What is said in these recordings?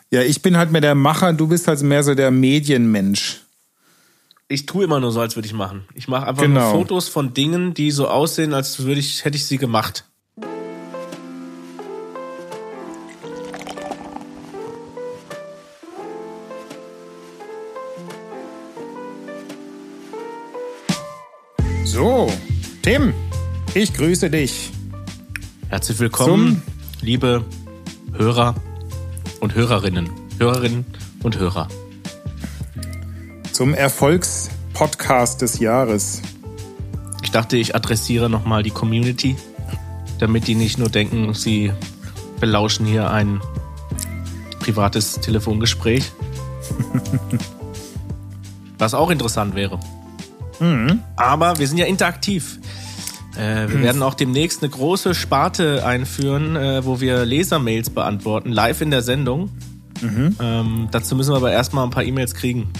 Ja, ich bin halt mehr der Macher, du bist halt mehr so der Medienmensch. Ich tue immer nur so, als würde ich machen. Ich mache einfach nur Fotos von Dingen, die so aussehen, als hätte ich sie gemacht. So, Tim, ich grüße dich. Herzlich willkommen, liebe Hörer und Hörerinnen und Hörer. Zum Erfolgspodcast des Jahres. Ich dachte, ich adressiere nochmal die Community, damit die nicht nur denken, sie belauschen hier ein privates Telefongespräch. Was auch interessant wäre. Aber wir sind ja interaktiv. Wir werden auch demnächst eine große Sparte einführen, wo wir Lesermails beantworten, live in der Sendung. Dazu müssen wir aber erstmal ein paar E-Mails kriegen.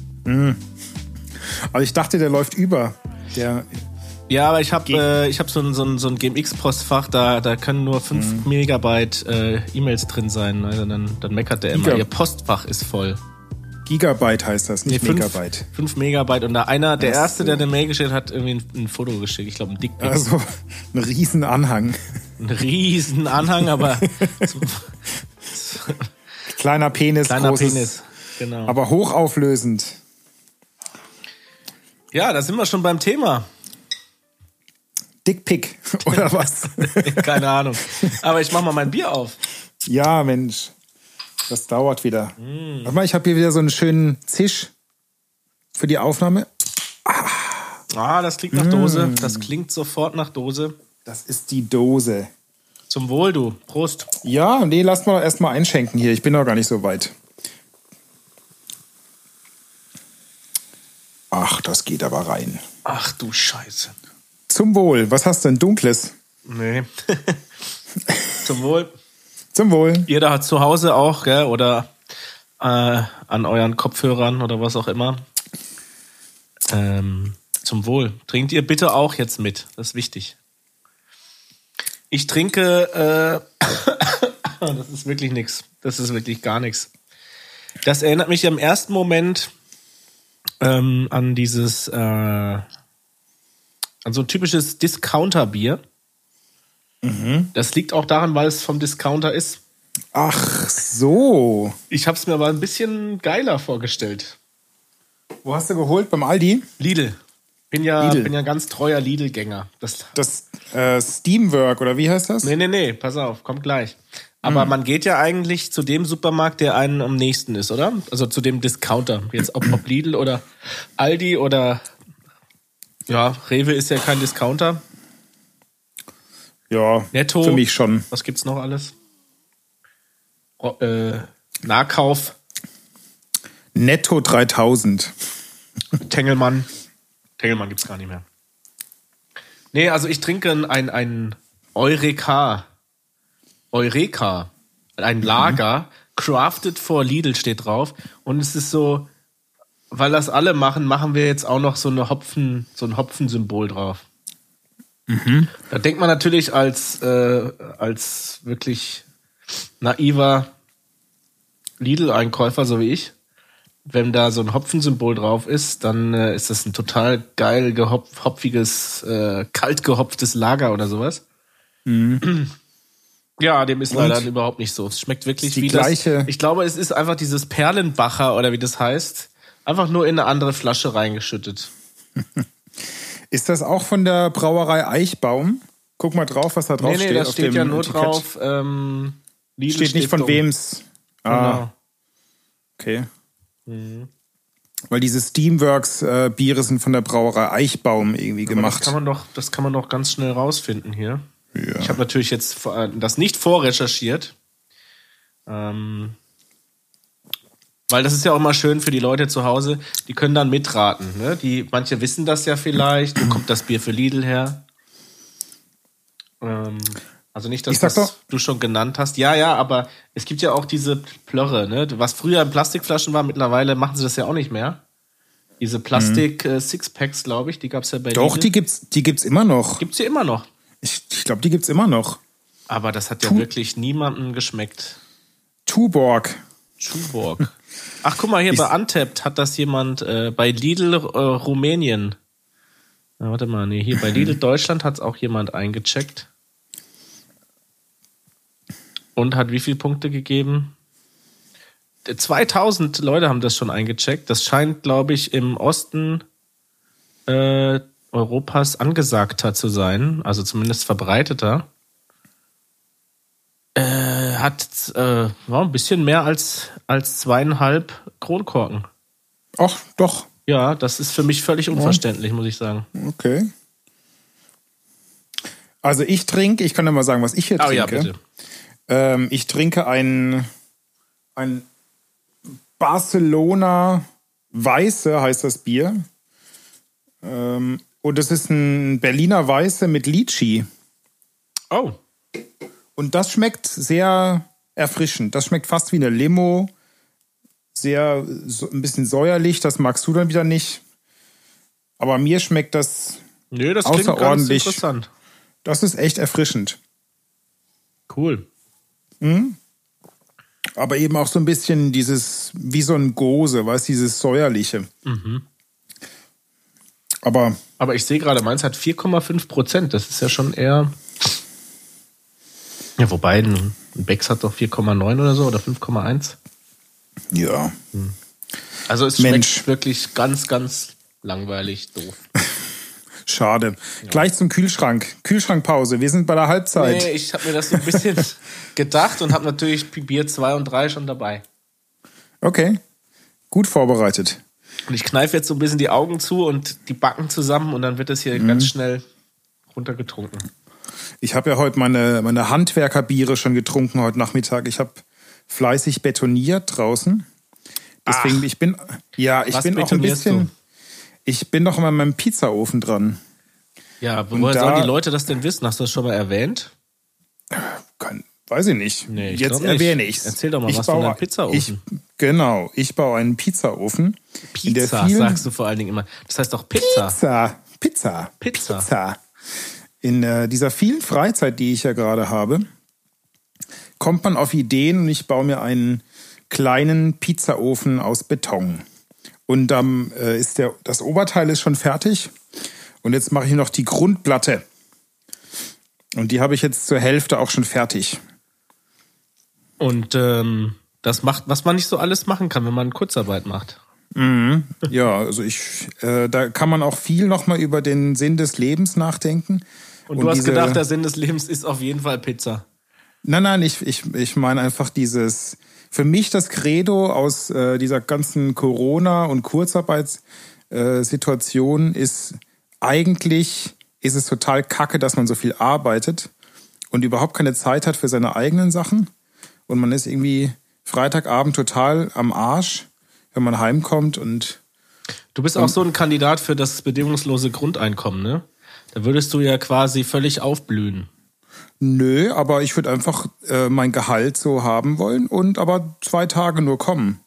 Aber ich dachte, der läuft über. Ja, aber ich hab so ein GMX-Postfach, da können nur 5 Megabyte E-Mails drin sein. Also dann meckert der immer, ihr Postfach ist voll. Gigabyte heißt das, nicht Megabyte. 5 Megabyte. Und der Erste, der eine Mail geschickt hat, irgendwie ein Foto geschickt. Ich glaube, ein Dickpic. Also, ein Riesenanhang. Ein Riesenanhang, aber... Kleiner Penis, Penis, genau. Aber hochauflösend. Ja, da sind wir schon beim Thema. Dickpick, oder was? Keine Ahnung. Aber ich mach mal mein Bier auf. Ja, Mensch. Das dauert wieder. Warte mal, ich habe hier wieder so einen schönen Zisch für die Aufnahme. Das klingt nach Dose. Das klingt sofort nach Dose. Das ist die Dose. Zum Wohl, du. Prost. Ja, nee, lass mal erstmal einschenken hier. Ich bin noch gar nicht so weit. Ach, das geht aber rein. Ach du Scheiße. Zum Wohl. Was hast du denn? Dunkles? Nee. Zum Wohl. Zum Wohl. Jeder hat zu Hause auch, gell? Oder an euren Kopfhörern oder was auch immer. Zum Wohl. Trinkt ihr bitte auch jetzt mit. Das ist wichtig. Ich trinke... das ist wirklich nichts. Das ist wirklich gar nichts. Das erinnert mich im ersten Moment an dieses... an so ein typisches Discounter-Bier. Das liegt auch daran, weil es vom Discounter ist. Ach so. Ich habe es mir aber ein bisschen geiler vorgestellt. Wo hast du geholt? Beim Aldi? Lidl. Bin ja ganz treuer Lidl-Gänger. Das Steamwork, oder wie heißt das? Nee, pass auf, kommt gleich. Aber man geht ja eigentlich zu dem Supermarkt, der einem am nächsten ist, oder? Also zu dem Discounter. Jetzt ob Lidl oder Aldi oder... Ja, Rewe ist ja kein Discounter. Ja, Netto, für mich schon. Was gibt's noch alles? Nahkauf. Netto 3000. Tengelmann. Tengelmann gibt's gar nicht mehr. Nee, also ich trinke ein Eureka. Ein Lager. Crafted for Lidl steht drauf. Und es ist so, weil das alle machen wir jetzt auch noch so ein Hopfensymbol drauf. Da denkt man natürlich als wirklich naiver Lidl-Einkäufer, so wie ich, wenn da so ein Hopfensymbol drauf ist, dann ist das ein total geil hopfiges, kalt gehopftes Lager oder sowas. Ja, dem ist leider überhaupt nicht so. Es schmeckt wirklich wie das. Ich glaube, es ist einfach dieses Perlenbacher oder wie das heißt, einfach nur in eine andere Flasche reingeschüttet. Ist das auch von der Brauerei Eichbaum? Guck mal drauf, was da drauf steht. Nee, das steht ja nur Etikett. drauf. Lidl steht nicht von wem's. Genau. Okay. Weil diese Steamworks Biere sind von der Brauerei Eichbaum irgendwie gemacht. Das kann man doch ganz schnell rausfinden hier. Ja. Ich habe natürlich jetzt das nicht vorrecherchiert. Weil das ist ja auch immer schön für die Leute zu Hause, die können dann mitraten. Ne? Manche wissen das ja vielleicht, wo kommt das Bier für Lidl her? Also nicht, dass du schon genannt hast. Ja, aber es gibt ja auch diese Plörre, ne? Was früher in Plastikflaschen war, mittlerweile machen sie das ja auch nicht mehr. Diese Plastik-Sixpacks, glaube ich, die gab es ja bei Lidl. Doch, die gibt's immer noch. Gibt's sie immer noch? Ich glaube, die gibt's immer noch. Aber das hat ja wirklich niemandem geschmeckt. Tuborg Tuborg. Ach, guck mal, hier bei Untapped hat das jemand bei Lidl Rumänien. Na, warte mal, nee, hier bei Lidl Deutschland hat es auch jemand eingecheckt. Und hat wie viele Punkte gegeben? 2000 Leute haben das schon eingecheckt. Das scheint, glaube ich, im Osten Europas angesagter zu sein. Also zumindest verbreiteter. War ein bisschen mehr als 2,5 Kronkorken. Ach, doch. Ja, das ist für mich völlig unverständlich, muss ich sagen. Okay. Also ich kann ja mal sagen, was ich hier trinke. Ja, bitte. Ich trinke ein Barcelona Weiße, heißt das Bier. Und das ist ein Berliner Weiße mit Litchi. Oh. Und das schmeckt sehr erfrischend. Das schmeckt fast wie eine Limo. Ein bisschen säuerlich, das magst du dann wieder nicht. Aber mir schmeckt das das klingt außerordentlich. Ganz interessant. Das ist echt erfrischend. Cool. Aber eben auch so ein bisschen wie so ein Gose, weißt du, dieses säuerliche. Mhm. Aber ich sehe gerade, meins hat 4,5%. Das ist ja schon eher... Ja, wobei, ein Becks hat doch 4,9 oder so, oder 5,1. Ja. Also es schmeckt wirklich ganz, ganz langweilig, doof. Schade. Ja. Gleich zum Kühlschrank. Kühlschrankpause. Wir sind bei der Halbzeit. Nee, ich habe mir das so ein bisschen gedacht und habe natürlich Bier 2 und 3 schon dabei. Okay. Gut vorbereitet. Und ich kneife jetzt so ein bisschen die Augen zu und die Backen zusammen und dann wird das hier ganz schnell runtergetrunken. Ich habe ja heute meine Handwerkerbiere schon getrunken heute Nachmittag. Ich habe fleißig betoniert draußen. Deswegen, ich bin auch ein bisschen... Ich bin noch mal an meinem Pizzaofen dran. Ja, woher sollen die Leute das denn wissen? Hast du das schon mal erwähnt? Weiß ich nicht. Nee, Jetzt erwähne ich es. Erzähl doch mal was von deinem Pizzaofen. Ich baue einen Pizzaofen. Pizza sagst du vor allen Dingen immer. Das heißt doch Pizza. Pizza. In dieser vielen Freizeit, die ich ja gerade habe, kommt man auf Ideen und ich baue mir einen kleinen Pizzaofen aus Beton. Und dann das Oberteil ist schon fertig. Und jetzt mache ich noch die Grundplatte. Und die habe ich jetzt zur Hälfte auch schon fertig. Und das macht, was man nicht so alles machen kann, wenn man Kurzarbeit macht. Mhm. Ja, also da kann man auch viel nochmal über den Sinn des Lebens nachdenken. Und du hast gedacht, der Sinn des Lebens ist auf jeden Fall Pizza. Nein, ich meine einfach für mich das Credo aus dieser ganzen Corona- und Kurzarbeitssituation ist es total kacke, dass man so viel arbeitet und überhaupt keine Zeit hat für seine eigenen Sachen. Und man ist irgendwie Freitagabend total am Arsch, wenn man heimkommt. Und du bist auch so ein Kandidat für das bedingungslose Grundeinkommen, ne? Da würdest du ja quasi völlig aufblühen. Nö, aber ich würde einfach mein Gehalt so haben wollen und aber 2 Tage nur kommen.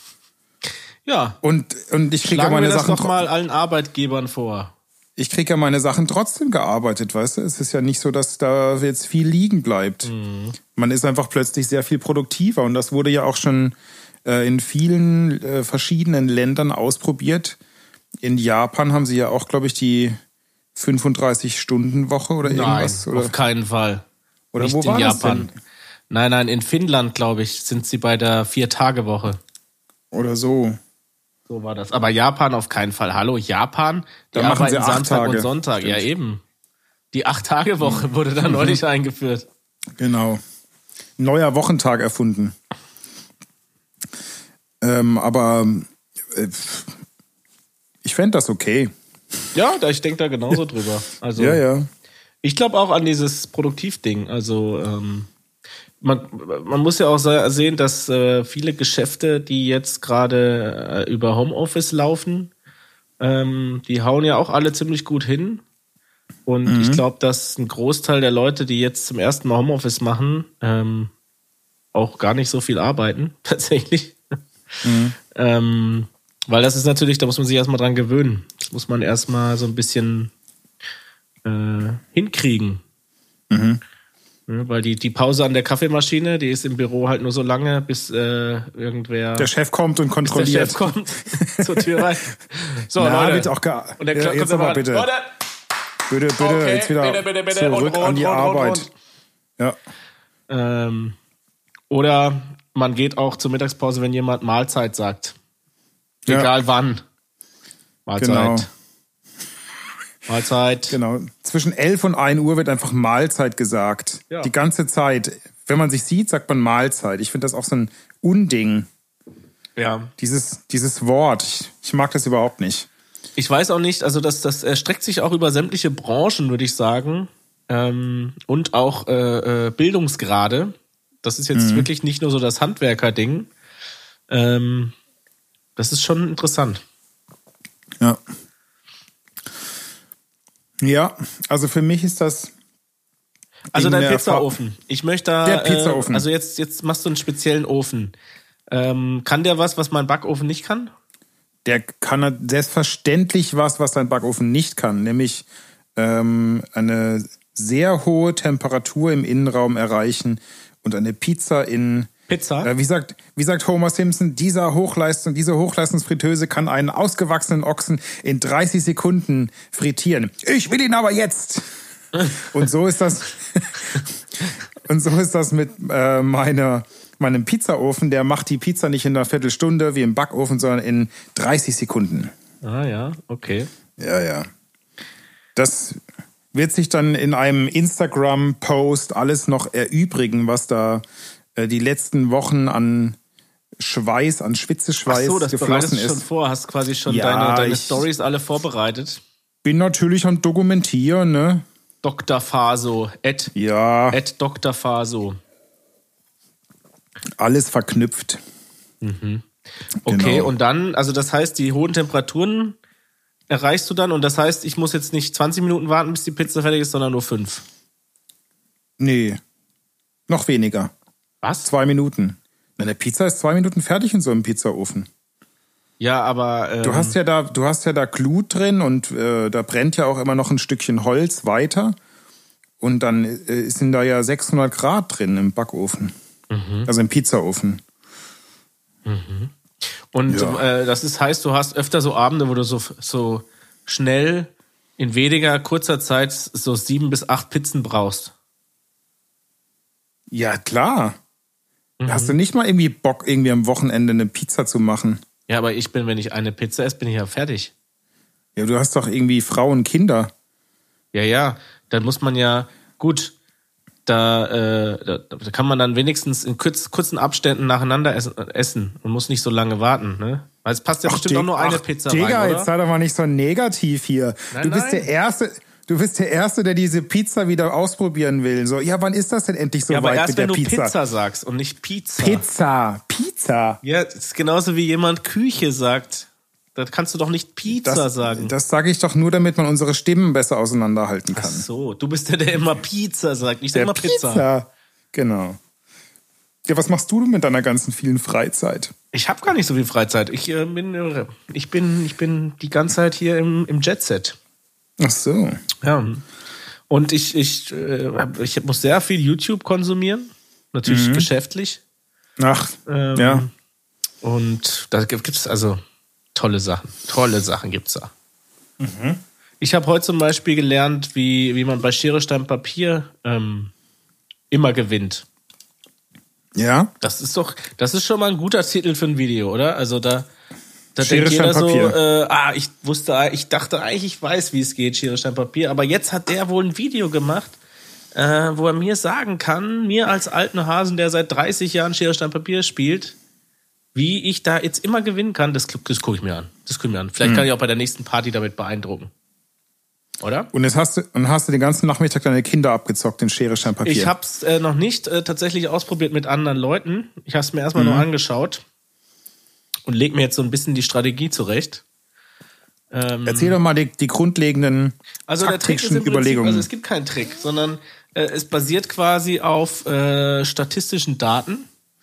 Ja. Und ich kriege ja meine Sachen doch mal allen Arbeitgebern vor. Ich kriege ja meine Sachen trotzdem gearbeitet, weißt du? Es ist ja nicht so, dass da jetzt viel liegen bleibt. Mhm. Man ist einfach plötzlich sehr viel produktiver und das wurde ja auch schon in vielen verschiedenen Ländern ausprobiert. In Japan haben sie ja auch, glaube ich, die 35-Stunden-Woche oder irgendwas. Nein, auf keinen Fall. Oder nicht wo war in Japan. Das denn? Nein, in Finnland, glaube ich, sind sie bei der 4-Tage-Woche. Oder so. So war das. Aber Japan auf keinen Fall. Hallo, Japan? Da machen sie 8 Samstag Tage. Und Sonntag. Stimmt. Ja, eben. Die 8-Tage-Woche wurde da neulich eingeführt. Genau. Neuer Wochentag erfunden. Aber ich fände das okay. Ja, ich denke da genauso drüber. Also, ja. Ich glaube auch an dieses Produktivding. Also man muss ja auch sehen, dass viele Geschäfte, die jetzt gerade über Homeoffice laufen, die hauen ja auch alle ziemlich gut hin. Und ich glaube, dass ein Großteil der Leute, die jetzt zum ersten Mal Homeoffice machen, auch gar nicht so viel arbeiten, tatsächlich. Weil das ist natürlich, da muss man sich erstmal dran gewöhnen. Das muss man erstmal so ein bisschen hinkriegen. Ja, weil die Pause an der Kaffeemaschine, die ist im Büro halt nur so lange, bis irgendwer... Der Chef kommt und kontrolliert. Der Chef kommt zur Tür rein. So, Na, Leute. Auch und der ja, kommt aber bitte. Leute. Bitte, Okay, jetzt wieder bitte. zurück an die Arbeit. Ja. Oder man geht auch zur Mittagspause, wenn jemand Mahlzeit sagt. Egal wann. Mahlzeit. Genau. Mahlzeit. Genau. Zwischen 11 und 1 Uhr wird einfach Mahlzeit gesagt. Ja. Die ganze Zeit. Wenn man sich sieht, sagt man Mahlzeit. Ich finde das auch so ein Unding. Ja. Dieses Wort. Ich mag das überhaupt nicht. Ich weiß auch nicht, also das erstreckt sich auch über sämtliche Branchen, würde ich sagen. Und auch Bildungsgrade. Das ist jetzt wirklich nicht nur so das Handwerker-Ding. Das ist schon interessant. Ja. Ja, also für mich ist das... Also dein Pizzaofen. Ich möchte da... Der Pizzaofen. Also jetzt machst du einen speziellen Ofen. Kann der was mein Backofen nicht kann? Der kann selbstverständlich was sein Backofen nicht kann. Nämlich eine sehr hohe Temperatur im Innenraum erreichen und eine Pizza in... Pizza? Wie sagt Homer Simpson, diese Hochleistungsfritteuse kann einen ausgewachsenen Ochsen in 30 Sekunden frittieren. Ich will ihn aber jetzt! Und so ist das. Und so ist das mit meinem Pizzaofen. Der macht die Pizza nicht in einer Viertelstunde wie im Backofen, sondern in 30 Sekunden. Ah ja, okay. Ja. Das wird sich dann in einem Instagram-Post alles noch erübrigen, was da die letzten Wochen an Schwitzeschweiß Ach so, das geflossen bereitest du schon vor, hast quasi schon deine Storys alle vorbereitet. Bin natürlich am Dokumentieren, ne? Dr. Faso, Dr. Faso. Alles verknüpft. Mhm. Okay, genau. Und dann, also das heißt, die hohen Temperaturen erreichst du dann und das heißt, ich muss jetzt nicht 20 Minuten warten, bis die Pizza fertig ist, sondern nur 5. Nee, noch weniger. Was? 2 Minuten. Eine Pizza ist 2 Minuten fertig in so einem Pizzaofen. Ja, aber... Du hast ja da Glut drin und da brennt ja auch immer noch ein Stückchen Holz weiter. Und dann sind da ja 600 Grad drin im Backofen. Mhm. Also im Pizzaofen. Mhm. Und das heißt, du hast öfter so Abende, wo du so schnell in weniger kurzer Zeit so 7 bis 8 Pizzen brauchst. Ja, klar. Hast du nicht mal irgendwie Bock, irgendwie am Wochenende eine Pizza zu machen? Ja, aber wenn ich eine Pizza esse, bin ich ja fertig. Ja, du hast doch irgendwie Frau und Kinder. Ja, dann muss man ja, gut, da kann man dann wenigstens in kurzen Abständen nacheinander essen und muss nicht so lange warten, ne? Weil es passt ja bestimmt auch nur eine Pizza rein, oder? Jetzt sei doch mal nicht so negativ hier. Du bist der Erste, der diese Pizza wieder ausprobieren will. So, ja, wann ist das denn endlich so weit mit der Pizza? Ja, aber erst wenn du Pizza sagst und nicht Pizza. Pizza. Ja, das ist genauso wie jemand Küche sagt. Da kannst du doch nicht Pizza sagen. Das sage ich doch nur, damit man unsere Stimmen besser auseinanderhalten kann. Ach so, du bist der immer Pizza sagt. Ich sag immer Pizza. Genau. Ja, was machst du mit deiner ganzen vielen Freizeit? Ich habe gar nicht so viel Freizeit. Ich bin die ganze Zeit hier im Jetset. Ach so. Ja. Und ich muss sehr viel YouTube konsumieren. Natürlich geschäftlich. Ach, ja. Und da gibt's also tolle Sachen. Tolle Sachen gibt's da. Mhm. Ich habe heute zum Beispiel gelernt, wie man bei Schere, Stein, Papier immer gewinnt. Ja? Das ist schon mal ein guter Titel für ein Video, oder? Also da Schere, denkt jeder Stein, so, ich dachte eigentlich, ich weiß, wie es geht, Schere, Stein, Papier. Aber jetzt hat der wohl ein Video gemacht, wo er mir sagen kann, mir als alten Hasen, der seit 30 Jahren Schere, Stein, Papier spielt, wie ich da jetzt immer gewinnen kann. Das gucke ich mir an. Vielleicht kann ich auch bei der nächsten Party damit beeindrucken. Oder? Und jetzt hast du den ganzen Nachmittag deine Kinder abgezockt in Schere, Stein, Papier. Ich hab's noch nicht tatsächlich ausprobiert mit anderen Leuten. Ich hab's mir erstmal nur angeschaut und leg mir jetzt so ein bisschen die Strategie zurecht. Erzähl doch mal die grundlegenden taktischen Überlegungen. Also es gibt keinen Trick, sondern es basiert quasi auf statistischen Daten,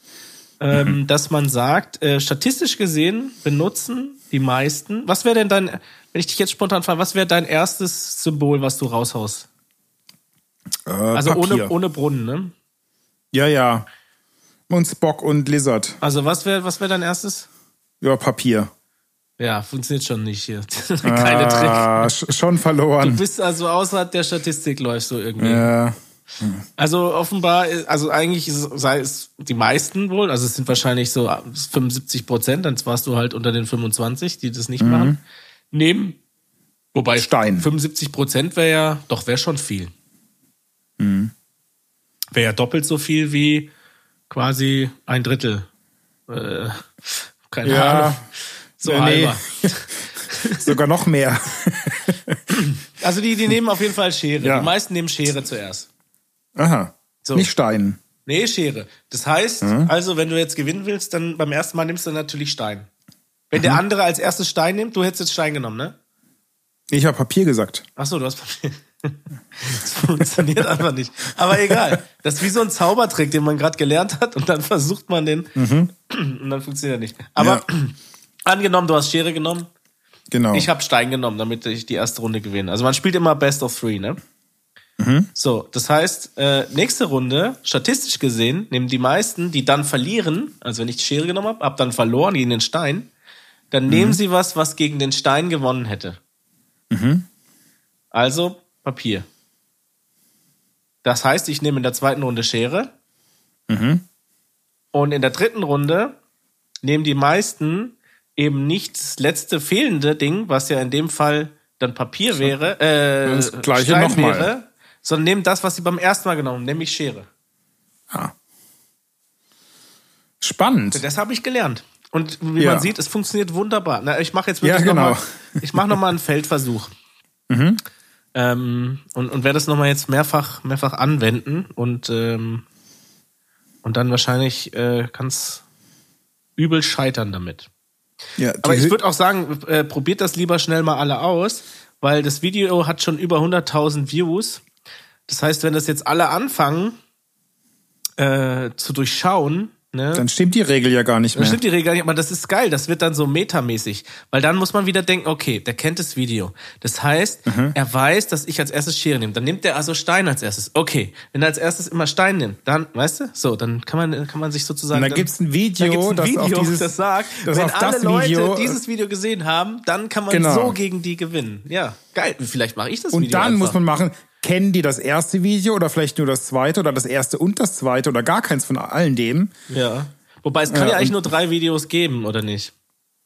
dass man sagt, statistisch gesehen benutzen die meisten. Was wäre denn wenn ich dich jetzt spontan frage, was wäre dein erstes Symbol, was du raushaust? Also Papier. ohne Brunnen, ne? Ja. Und Spock und Lizard. Also was wär dein erstes? Ja, Papier. Ja, funktioniert schon nicht hier. Keine Trick. Schon verloren. Du bist also außerhalb der Statistik, läufst du irgendwie. Ja. Also offenbar, also eigentlich sei es die meisten wohl, also es sind wahrscheinlich so 75%, dann warst du halt unter den 25, die das nicht machen. Wobei Stein. 75% wäre schon viel. Wäre ja doppelt so viel wie quasi ein Drittel. Keine Ahnung. So halber. Sogar noch mehr. Also die nehmen auf jeden Fall Schere. Ja. Die meisten nehmen Schere zuerst. Aha. So. Nicht Stein. Nee, Schere. Das heißt, also wenn du jetzt gewinnen willst, dann beim ersten Mal nimmst du natürlich Stein. Wenn der andere als erstes Stein nimmt, du hättest jetzt Stein genommen, ne? Ich habe Papier gesagt. Ach so, du hast Papier. Das funktioniert einfach nicht. Aber egal. Das ist wie so ein Zaubertrick, den man gerade gelernt hat und dann versucht man den und dann funktioniert er nicht. Aber angenommen, du hast Schere genommen. Genau. Ich habe Stein genommen, damit ich die erste Runde gewinne. Also man spielt immer Best of 3, ne? So, das heißt, nächste Runde, statistisch gesehen, nehmen die meisten, die dann verlieren, also wenn ich die Schere genommen habe, dann verloren gegen den Stein, dann nehmen sie was gegen den Stein gewonnen hätte. Also Papier. Das heißt, ich nehme in der zweiten Runde Schere. Und in der dritten Runde nehmen die meisten eben nicht das letzte fehlende Ding, was ja in dem Fall dann Papier wäre, das gleiche Stein nochmal. wäre, sondern nehmen das, was sie beim ersten Mal genommen haben, nämlich Schere. Spannend. Das habe ich gelernt. Und wie man sieht, es funktioniert wunderbar. Na, ich mache jetzt wirklich ich mache nochmal einen Feldversuch. Und werde das nochmal jetzt mehrfach anwenden und dann wahrscheinlich kann es übel scheitern damit. Ja, Aber ich würde auch sagen, probiert das lieber schnell mal alle aus, weil das Video hat schon über 100.000 Views. Das heißt, wenn das jetzt alle anfangen zu durchschauen, ne? Dann stimmt die Regel ja gar nicht mehr. Das stimmt die Regel gar nicht, aber das ist geil. Das wird dann so metamäßig. Weil dann muss man wieder denken, okay, der kennt das Video. Das heißt, er weiß, dass ich als erstes Schere nehme. Dann nimmt er also Stein als erstes. Okay, wenn er als erstes immer Stein nimmt, dann, weißt du, so, dann kann man sich sozusagen... Und da gibt's ein Video, das sagt, wenn alle Leute dieses Video gesehen haben, dann kann man so gegen die gewinnen. Ja, geil. Vielleicht mache ich das Video Und dann einfach. muss man machen... Kennen die das erste Video oder vielleicht nur das zweite oder das erste und das zweite oder gar keins von allen dem? Ja. Wobei es kann ja eigentlich nur 3 Videos geben, oder nicht?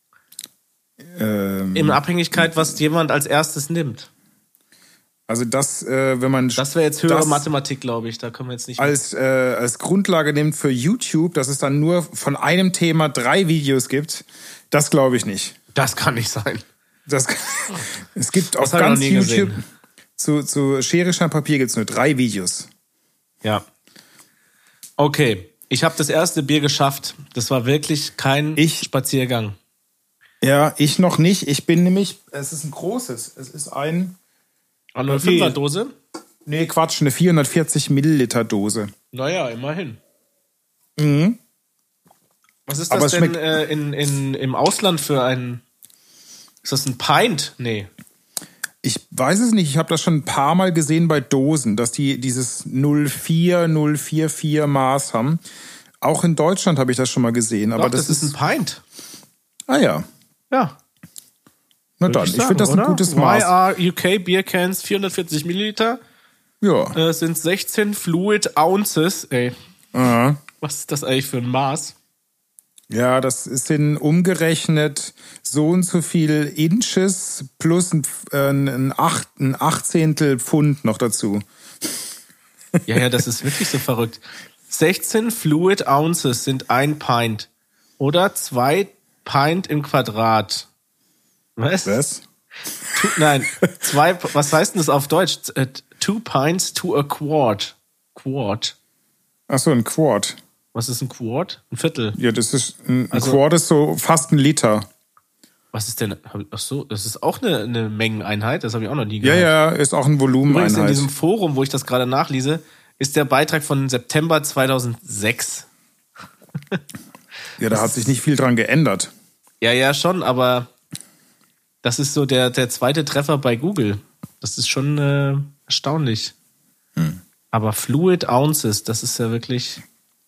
In Abhängigkeit, was jemand als erstes nimmt. Also das, wenn man... Das wäre jetzt höhere Mathematik, glaube ich. Da können wir jetzt nicht... Als Grundlage nimmt für YouTube, dass es dann nur von einem Thema 3 Videos gibt, das glaube ich nicht. Das kann nicht sein. Es gibt auf ganz YouTube... Zu Schere, Stein, Papier gibt's nur 3 Videos. Ja. Okay, ich habe das erste Bier geschafft. Das war wirklich kein Spaziergang. Ja, ich noch nicht. Ich bin nämlich, es ist ein großes. Es ist eine 5er Dose? Nee, Quatsch, eine 440 Milliliter Dose. Naja, immerhin. Was ist Aber das denn im Ausland für ein... Ist das ein Pint? Nee. Ich weiß es nicht. Ich habe das schon ein paar Mal gesehen bei Dosen, dass die dieses 0,44 Maß haben. Auch in Deutschland habe ich das schon mal gesehen. Aber das ist ein Pint. Ah ja. Ja. Na dann, ich finde das ein gutes Maß. YR UK Beer Cans 440 Milliliter. Ja. Sind 16 Fluid Ounces. Ey. Aha. Was ist das eigentlich für ein Maß? Ja, das sind umgerechnet so und so viel Inches plus ein Achtzehntel Pfund noch dazu. Ja, das ist wirklich so verrückt. 16 Fluid Ounces sind ein Pint. Oder 2 Pint im Quadrat. Was? Nein, 2, was heißt denn das auf Deutsch? 2 Pints to a Quart. Quart. Ach so, ein Quart. Was ist ein Quart? Ein Viertel. Ja, das ist ein Quart ist so fast ein Liter. Was ist denn? Ach so, das ist auch eine Mengeneinheit. Das habe ich auch noch nie gehört. Ja, ist auch ein Volumeneinheit. Übrigens in diesem Forum, wo ich das gerade nachlese, ist der Beitrag von September 2006. Ja, da hat sich nicht viel dran geändert. Ja, schon, aber das ist so der zweite Treffer bei Google. Das ist schon erstaunlich. Aber Fluid Ounces, das ist ja wirklich...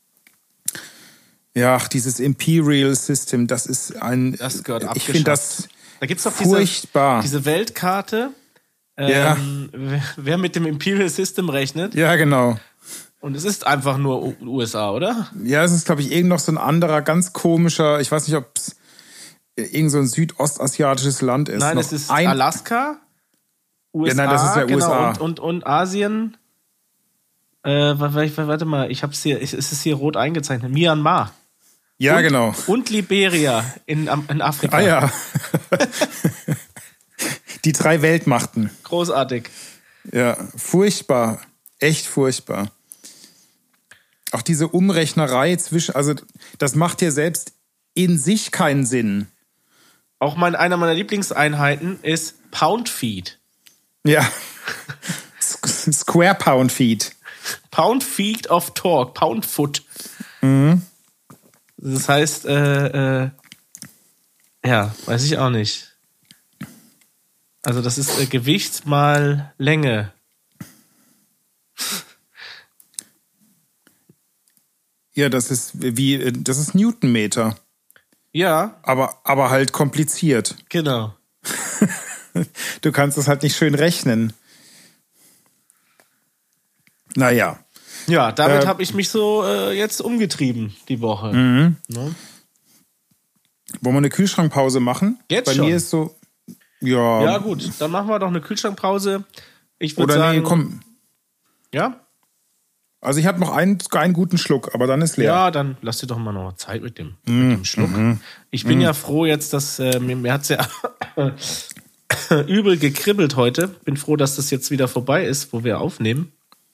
Ja, dieses Imperial System, das ist Das gehört abgeschafft. Ich finde das da gibt's doch furchtbar. diese Weltkarte, wer mit dem Imperial System rechnet. Ja, genau. Und es ist einfach nur USA, oder? Ja, es ist, glaube ich, irgend noch so ein anderer, ganz komischer, ich weiß nicht, ob es irgend so ein südostasiatisches Land ist. Nein, noch es ist Alaska, USA, ja, nein, das ist ja genau, USA. Und Asien. Warte mal, ich hab's hier, es ist hier rot eingezeichnet. Myanmar. Ja, genau. Und Liberia in Afrika. Ah ja. Die 3 Weltmachten. Großartig. Ja, furchtbar. Echt furchtbar. Auch diese Umrechnerei zwischen, also das macht ja selbst in sich keinen Sinn. Auch einer meiner Lieblingseinheiten ist Pound Feet. Ja. Square Pound Feet. Pound Feet of Torque, Pound Foot. Das heißt, ja, weiß ich auch nicht. Also das ist Gewicht mal Länge. Ja, das ist Newtonmeter. Ja. Aber halt kompliziert. Genau. Du kannst es halt nicht schön rechnen. Naja. Ja, damit habe ich mich so jetzt umgetrieben die Woche. Ne? Wollen wir eine Kühlschrankpause machen? Jetzt Bei schon? mir ist so, ja. Ja gut, dann machen wir doch eine Kühlschrankpause. Ich würde Oder sagen... nee, komm. Ja? Also ich habe noch einen guten Schluck, aber dann ist leer. Ja, dann lass dir doch mal noch Zeit mit dem Schluck. Ich bin ja froh jetzt, dass mir hat's ja übel gekribbelt heute. Bin froh, dass das jetzt wieder vorbei ist, wo wir aufnehmen.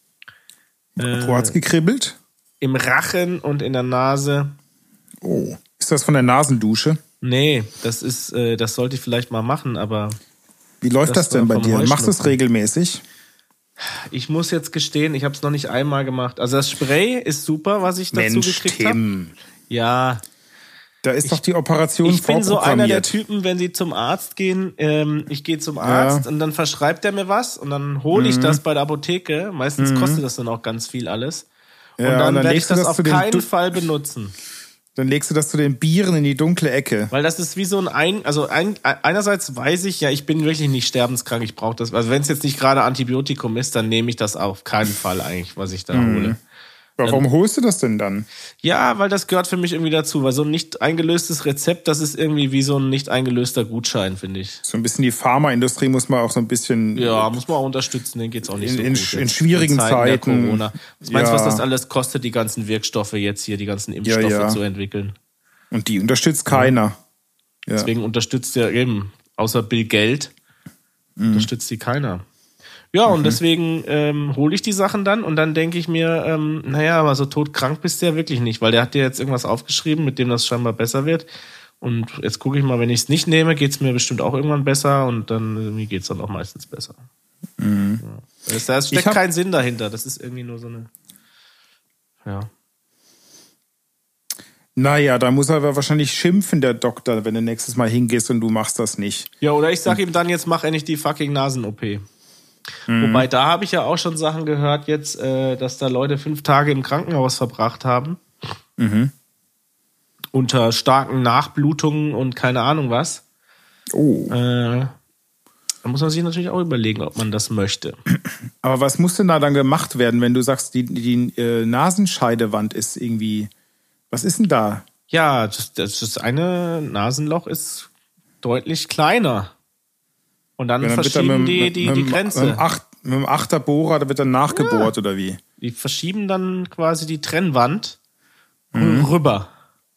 Wo hat's gekribbelt? Im Rachen und in der Nase. Oh, ist das von der Nasendusche? Nee, das sollte ich vielleicht mal machen, aber... Wie läuft das denn bei dir? Machst du es regelmäßig? Ich muss jetzt gestehen, ich habe es noch nicht einmal gemacht. Also das Spray ist super, was ich dazu gekriegt habe. Ja. Da ist doch die Operation Ich bin so einer der vorprogrammiert. Typen, wenn sie zum Arzt gehen, ich gehe zum Arzt und dann verschreibt er mir was und dann hole ich das bei der Apotheke. Meistens kostet das dann auch ganz viel alles. Und Ja, dann werde ich legst du das auf zu den keinen Fall benutzen. Dann legst du das zu den Bieren in die dunkle Ecke. Weil das ist wie so einerseits weiß ich, ja, ich bin wirklich nicht sterbenskrank, ich brauche das. Also wenn es jetzt nicht gerade Antibiotikum ist, dann nehme ich das auf keinen Fall eigentlich, was ich da hole. Aber warum holst du das denn dann? Ja, weil das gehört für mich irgendwie dazu, weil so ein nicht eingelöstes Rezept, das ist irgendwie wie so ein nicht eingelöster Gutschein, finde ich. So ein bisschen die Pharmaindustrie muss man auch so ein bisschen... Ja, muss man auch unterstützen, denen geht's auch nicht so gut. In schwierigen Zeiten. Der Corona. Was meinst du, was das alles kostet, die ganzen Wirkstoffe jetzt hier, die ganzen Impfstoffe zu entwickeln? Und die unterstützt keiner. Ja. Deswegen unterstützt ja eben, außer Bill Geld, unterstützt die keiner. Ja, und deswegen hole ich die Sachen dann und dann denke ich mir, naja, aber so todkrank bist du ja wirklich nicht, weil der hat dir jetzt irgendwas aufgeschrieben, mit dem das scheinbar besser wird. Und jetzt gucke ich mal, wenn ich es nicht nehme, geht's mir bestimmt auch irgendwann besser und dann irgendwie geht's dann auch meistens besser. Ja. Da steckt kein Sinn dahinter, das ist irgendwie nur so eine, ja. Naja, da muss er aber wahrscheinlich schimpfen, der Doktor, wenn du nächstes Mal hingehst und du machst das nicht. Ja, oder ich sag ihm dann, jetzt mach endlich die fucking Nasen-OP. Wobei, da habe ich ja auch schon Sachen gehört jetzt, dass da Leute 5 Tage im Krankenhaus verbracht haben. Unter starken Nachblutungen und keine Ahnung was. Oh. Da muss man sich natürlich auch überlegen, ob man das möchte. Aber was muss denn da dann gemacht werden, wenn du sagst, die Nasenscheidewand ist irgendwie... Was ist denn da? Ja, das eine Nasenloch ist deutlich kleiner. Und dann verschieben die Grenze. Mit dem Achterbohrer, da wird dann nachgebohrt, oder wie? Die verschieben dann quasi die Trennwand rüber.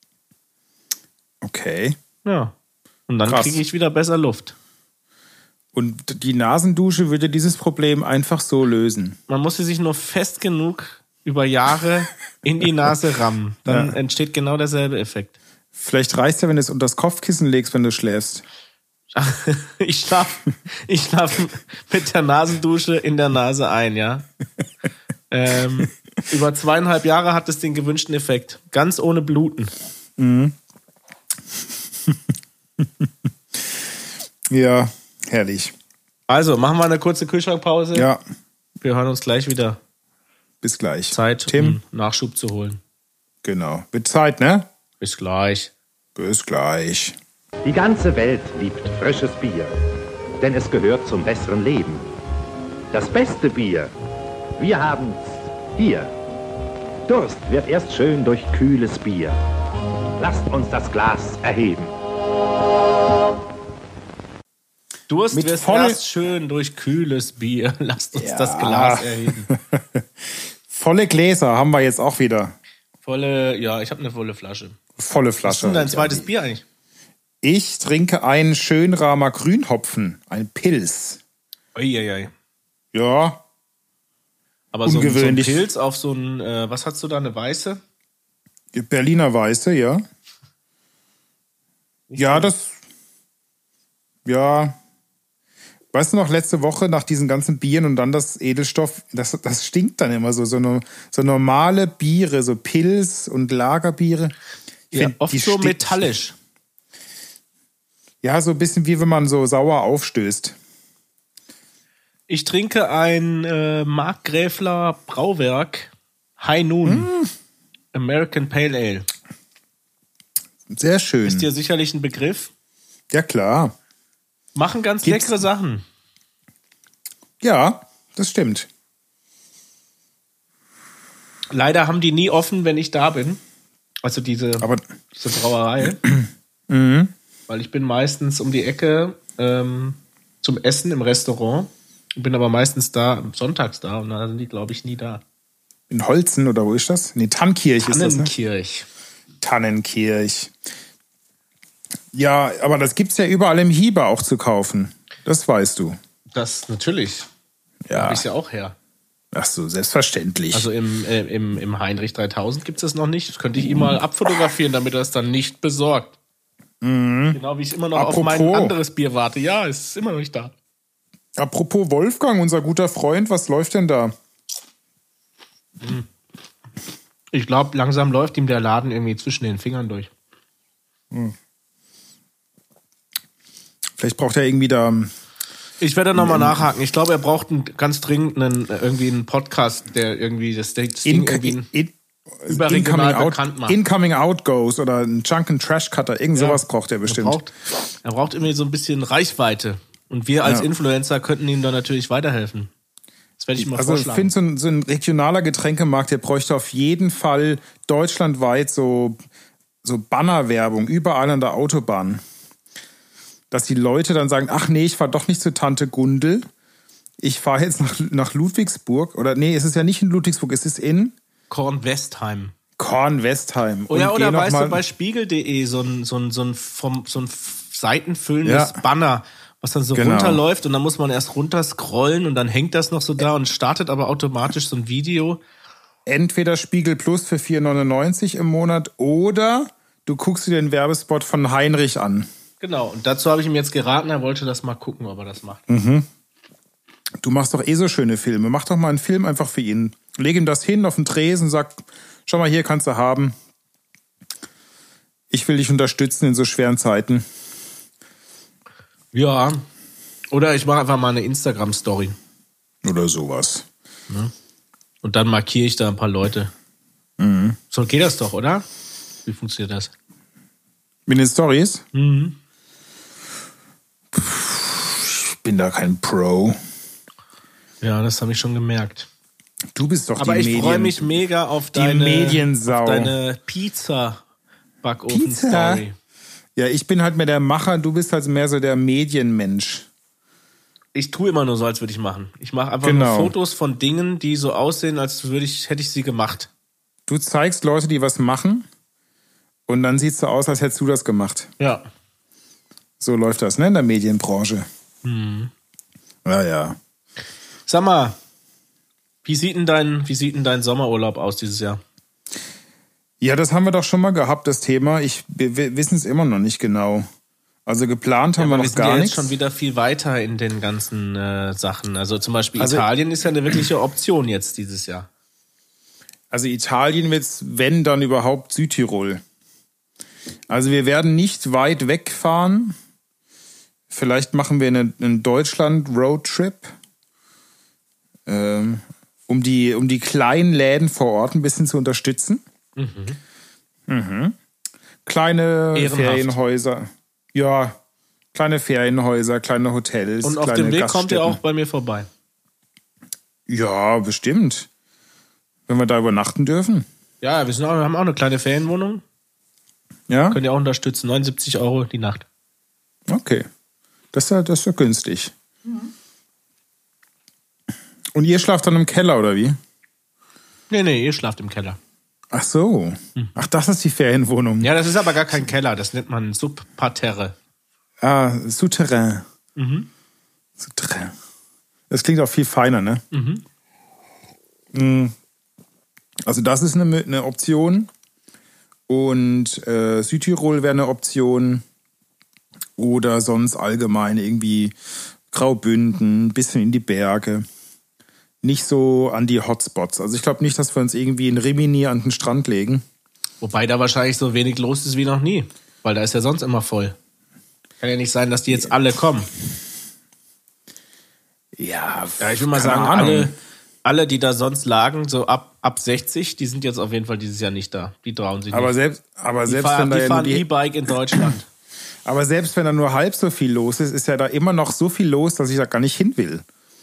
Okay. Ja. Und dann kriege ich wieder besser Luft. Und die Nasendusche würde dieses Problem einfach so lösen. Man muss sie sich nur fest genug über Jahre in die Nase rammen. Dann entsteht genau derselbe Effekt. Vielleicht reißt ja, wenn du es unter das Kopfkissen legst, wenn du schläfst. Ich schlaf mit der Nasendusche in der Nase ein, ja. Über 2,5 Jahre hat es den gewünschten Effekt. Ganz ohne Bluten. Ja, herrlich. Also, machen wir eine kurze Kühlschrankpause. Ja. Wir hören uns gleich wieder. Bis gleich. Zeit, Tim? um Nachschub zu holen. Genau. Wird Zeit, ne? Bis gleich. Bis gleich. Die ganze Welt liebt frisches Bier, denn es gehört zum besseren Leben. Das beste Bier, wir haben's hier. Durst wird erst schön durch kühles Bier. Lasst uns das Glas erheben. Durst Mit wird erst schön durch kühles Bier. Lasst uns das Glas erheben. Volle Gläser haben wir jetzt auch wieder. Ich habe eine volle Flasche. Volle Was ist Flasche. denn dein zweites Bier eigentlich? Ich trinke einen Schönramer Grünhopfen, ein Pils. Uiuiui. Ja, Aber so ein ungewöhnlich. Pilz auf so ein, was hast du da, eine weiße? Berliner Weiße, ja. Weißt du noch, letzte Woche nach diesen ganzen Bieren und dann das Edelstoff, das stinkt dann immer so normale Biere, so Pils und Lagerbiere. Ich Ja, find, oft die so stinkt- metallisch. Ja, so ein bisschen wie wenn man so sauer aufstößt. Ich trinke ein Markgräfler Brauwerk High Noon American Pale Ale. Sehr schön. Ist dir sicherlich ein Begriff. Ja, klar. Machen ganz Gibt's- leckere Sachen. Ja, das stimmt. Leider haben die nie offen, wenn ich da bin. Also diese Brauerei. Weil ich bin meistens um die Ecke zum Essen im Restaurant. Bin aber meistens da, sonntags da. Und da sind die, glaube ich, nie da. In Holzen oder wo ist das? Nee, Tannkirch ist das, ne? Tannenkirch. Tannenkirch. Ja, aber das gibt's ja überall im Hieber auch zu kaufen. Das weißt du. Das natürlich. Ja. Habe ich ja auch her. Ach so, selbstverständlich. Also im Heinrich 3000 gibt es das noch nicht. Das könnte ich ihm mal abfotografieren, damit er es dann nicht besorgt. Genau wie ich immer noch auf mein Apropos. anderes Bier warte. Ja, es ist immer noch nicht da. Apropos Wolfgang, unser guter Freund, was läuft denn da? Ich glaube, langsam läuft ihm der Laden irgendwie zwischen den Fingern durch. Vielleicht braucht er irgendwie da. Ich werde nochmal nachhaken. Ich glaube, er braucht ganz dringend irgendwie einen Podcast, der irgendwie das Ding irgendwie überregional bekannt macht. Incoming Out Goes oder ein Junk and Trash Cutter. Irgend sowas braucht er bestimmt. Er braucht irgendwie so ein bisschen Reichweite. Und wir als Influencer könnten ihm da natürlich weiterhelfen. Das werde ich mal vorschlagen. Ich finde, so ein regionaler Getränkemarkt, der bräuchte auf jeden Fall deutschlandweit so Bannerwerbung überall an der Autobahn. Dass die Leute dann sagen, ach nee, ich fahre doch nicht zu Tante Gundel. Ich fahre jetzt nach Ludwigsburg. Oder nee, es ist ja nicht in Ludwigsburg, es ist in Kornwestheim. Kornwestheim. Oder weißt du, bei spiegel.de so ein seitenfüllendes Banner, was dann so runterläuft und dann muss man erst runterscrollen und dann hängt das noch so da und startet aber automatisch so ein Video. Entweder Spiegel Plus für 4,99 im Monat oder du guckst dir den Werbespot von Heinrich an. Genau, und dazu habe ich ihm jetzt geraten, er wollte das mal gucken, ob er das macht. Du machst doch eh so schöne Filme. Mach doch mal einen Film einfach für ihn. Leg ihm das hin auf den Tresen, sag, schau mal, hier kannst du haben. Ich will dich unterstützen in so schweren Zeiten. Ja, oder ich mache einfach mal eine Instagram-Story. Oder sowas. Und dann markiere ich da ein paar Leute. So geht das doch, oder? Wie funktioniert das? Mit den Stories? Ich bin da kein Pro. Ja, das habe ich schon gemerkt. Du bist doch Aber die ich freue mich mega auf Mediensau. deine Pizza-Backofen-Story. Ja, ich bin halt mehr der Macher, du bist halt mehr so der Medienmensch. Ich tue immer nur so, als würde ich machen. Ich mache einfach nur Fotos von Dingen, die so aussehen, als hätte ich sie gemacht. Du zeigst Leute, die was machen und dann sieht es so aus, als hättest du das gemacht. Ja. So läuft das, ne, in der Medienbranche. Ja. Sag mal, wie sieht denn dein Sommerurlaub aus dieses Jahr? Ja, das haben wir doch schon mal gehabt, das Thema. Wir wissen es immer noch nicht genau. Also geplant haben wir noch gar nichts. Wir sind ja jetzt schon wieder viel weiter in den ganzen Sachen. Also zum Beispiel Italien ist ja eine wirkliche Option jetzt dieses Jahr. Also Italien wird's, wenn dann überhaupt Südtirol. Also wir werden nicht weit wegfahren. Vielleicht machen wir einen Deutschland-Roadtrip. um die kleinen Läden vor Ort ein bisschen zu unterstützen. Kleine Ehrenhaft. Ferienhäuser. Ja, kleine Ferienhäuser, kleine Hotels. Und auf dem Weg kommt ihr auch bei mir vorbei. Ja, bestimmt. Wenn wir da übernachten dürfen. Ja, wir haben auch eine kleine Ferienwohnung. Ja? Könnt ihr auch unterstützen. 79 € die Nacht. Okay. Das ist ja günstig. Und ihr schlaft dann im Keller, oder wie? Nee, ihr schlaft im Keller. Ach so. Ach, das ist die Ferienwohnung. Ja, das ist aber gar kein Keller. Das nennt man Subparterre. Ah, Souterrain. Souterrain. Das klingt auch viel feiner, ne? Also das ist eine Option. Und Südtirol wäre eine Option. Oder sonst allgemein irgendwie Graubünden, ein bisschen in die Berge. Nicht so an die Hotspots. Also ich glaube nicht, dass wir uns irgendwie in Rimini an den Strand legen. Wobei da wahrscheinlich so wenig los ist wie noch nie. Weil da ist ja sonst immer voll. Kann ja nicht sein, dass die jetzt alle kommen. Ja, Ich will mal sagen, alle, die da sonst lagen, so ab 60, die sind jetzt auf jeden Fall dieses Jahr nicht da. Die trauen sich aber nicht. Die fahren E-Bike in Deutschland. Aber selbst wenn da nur halb so viel los ist, ist ja da immer noch so viel los, dass ich da gar nicht hin will.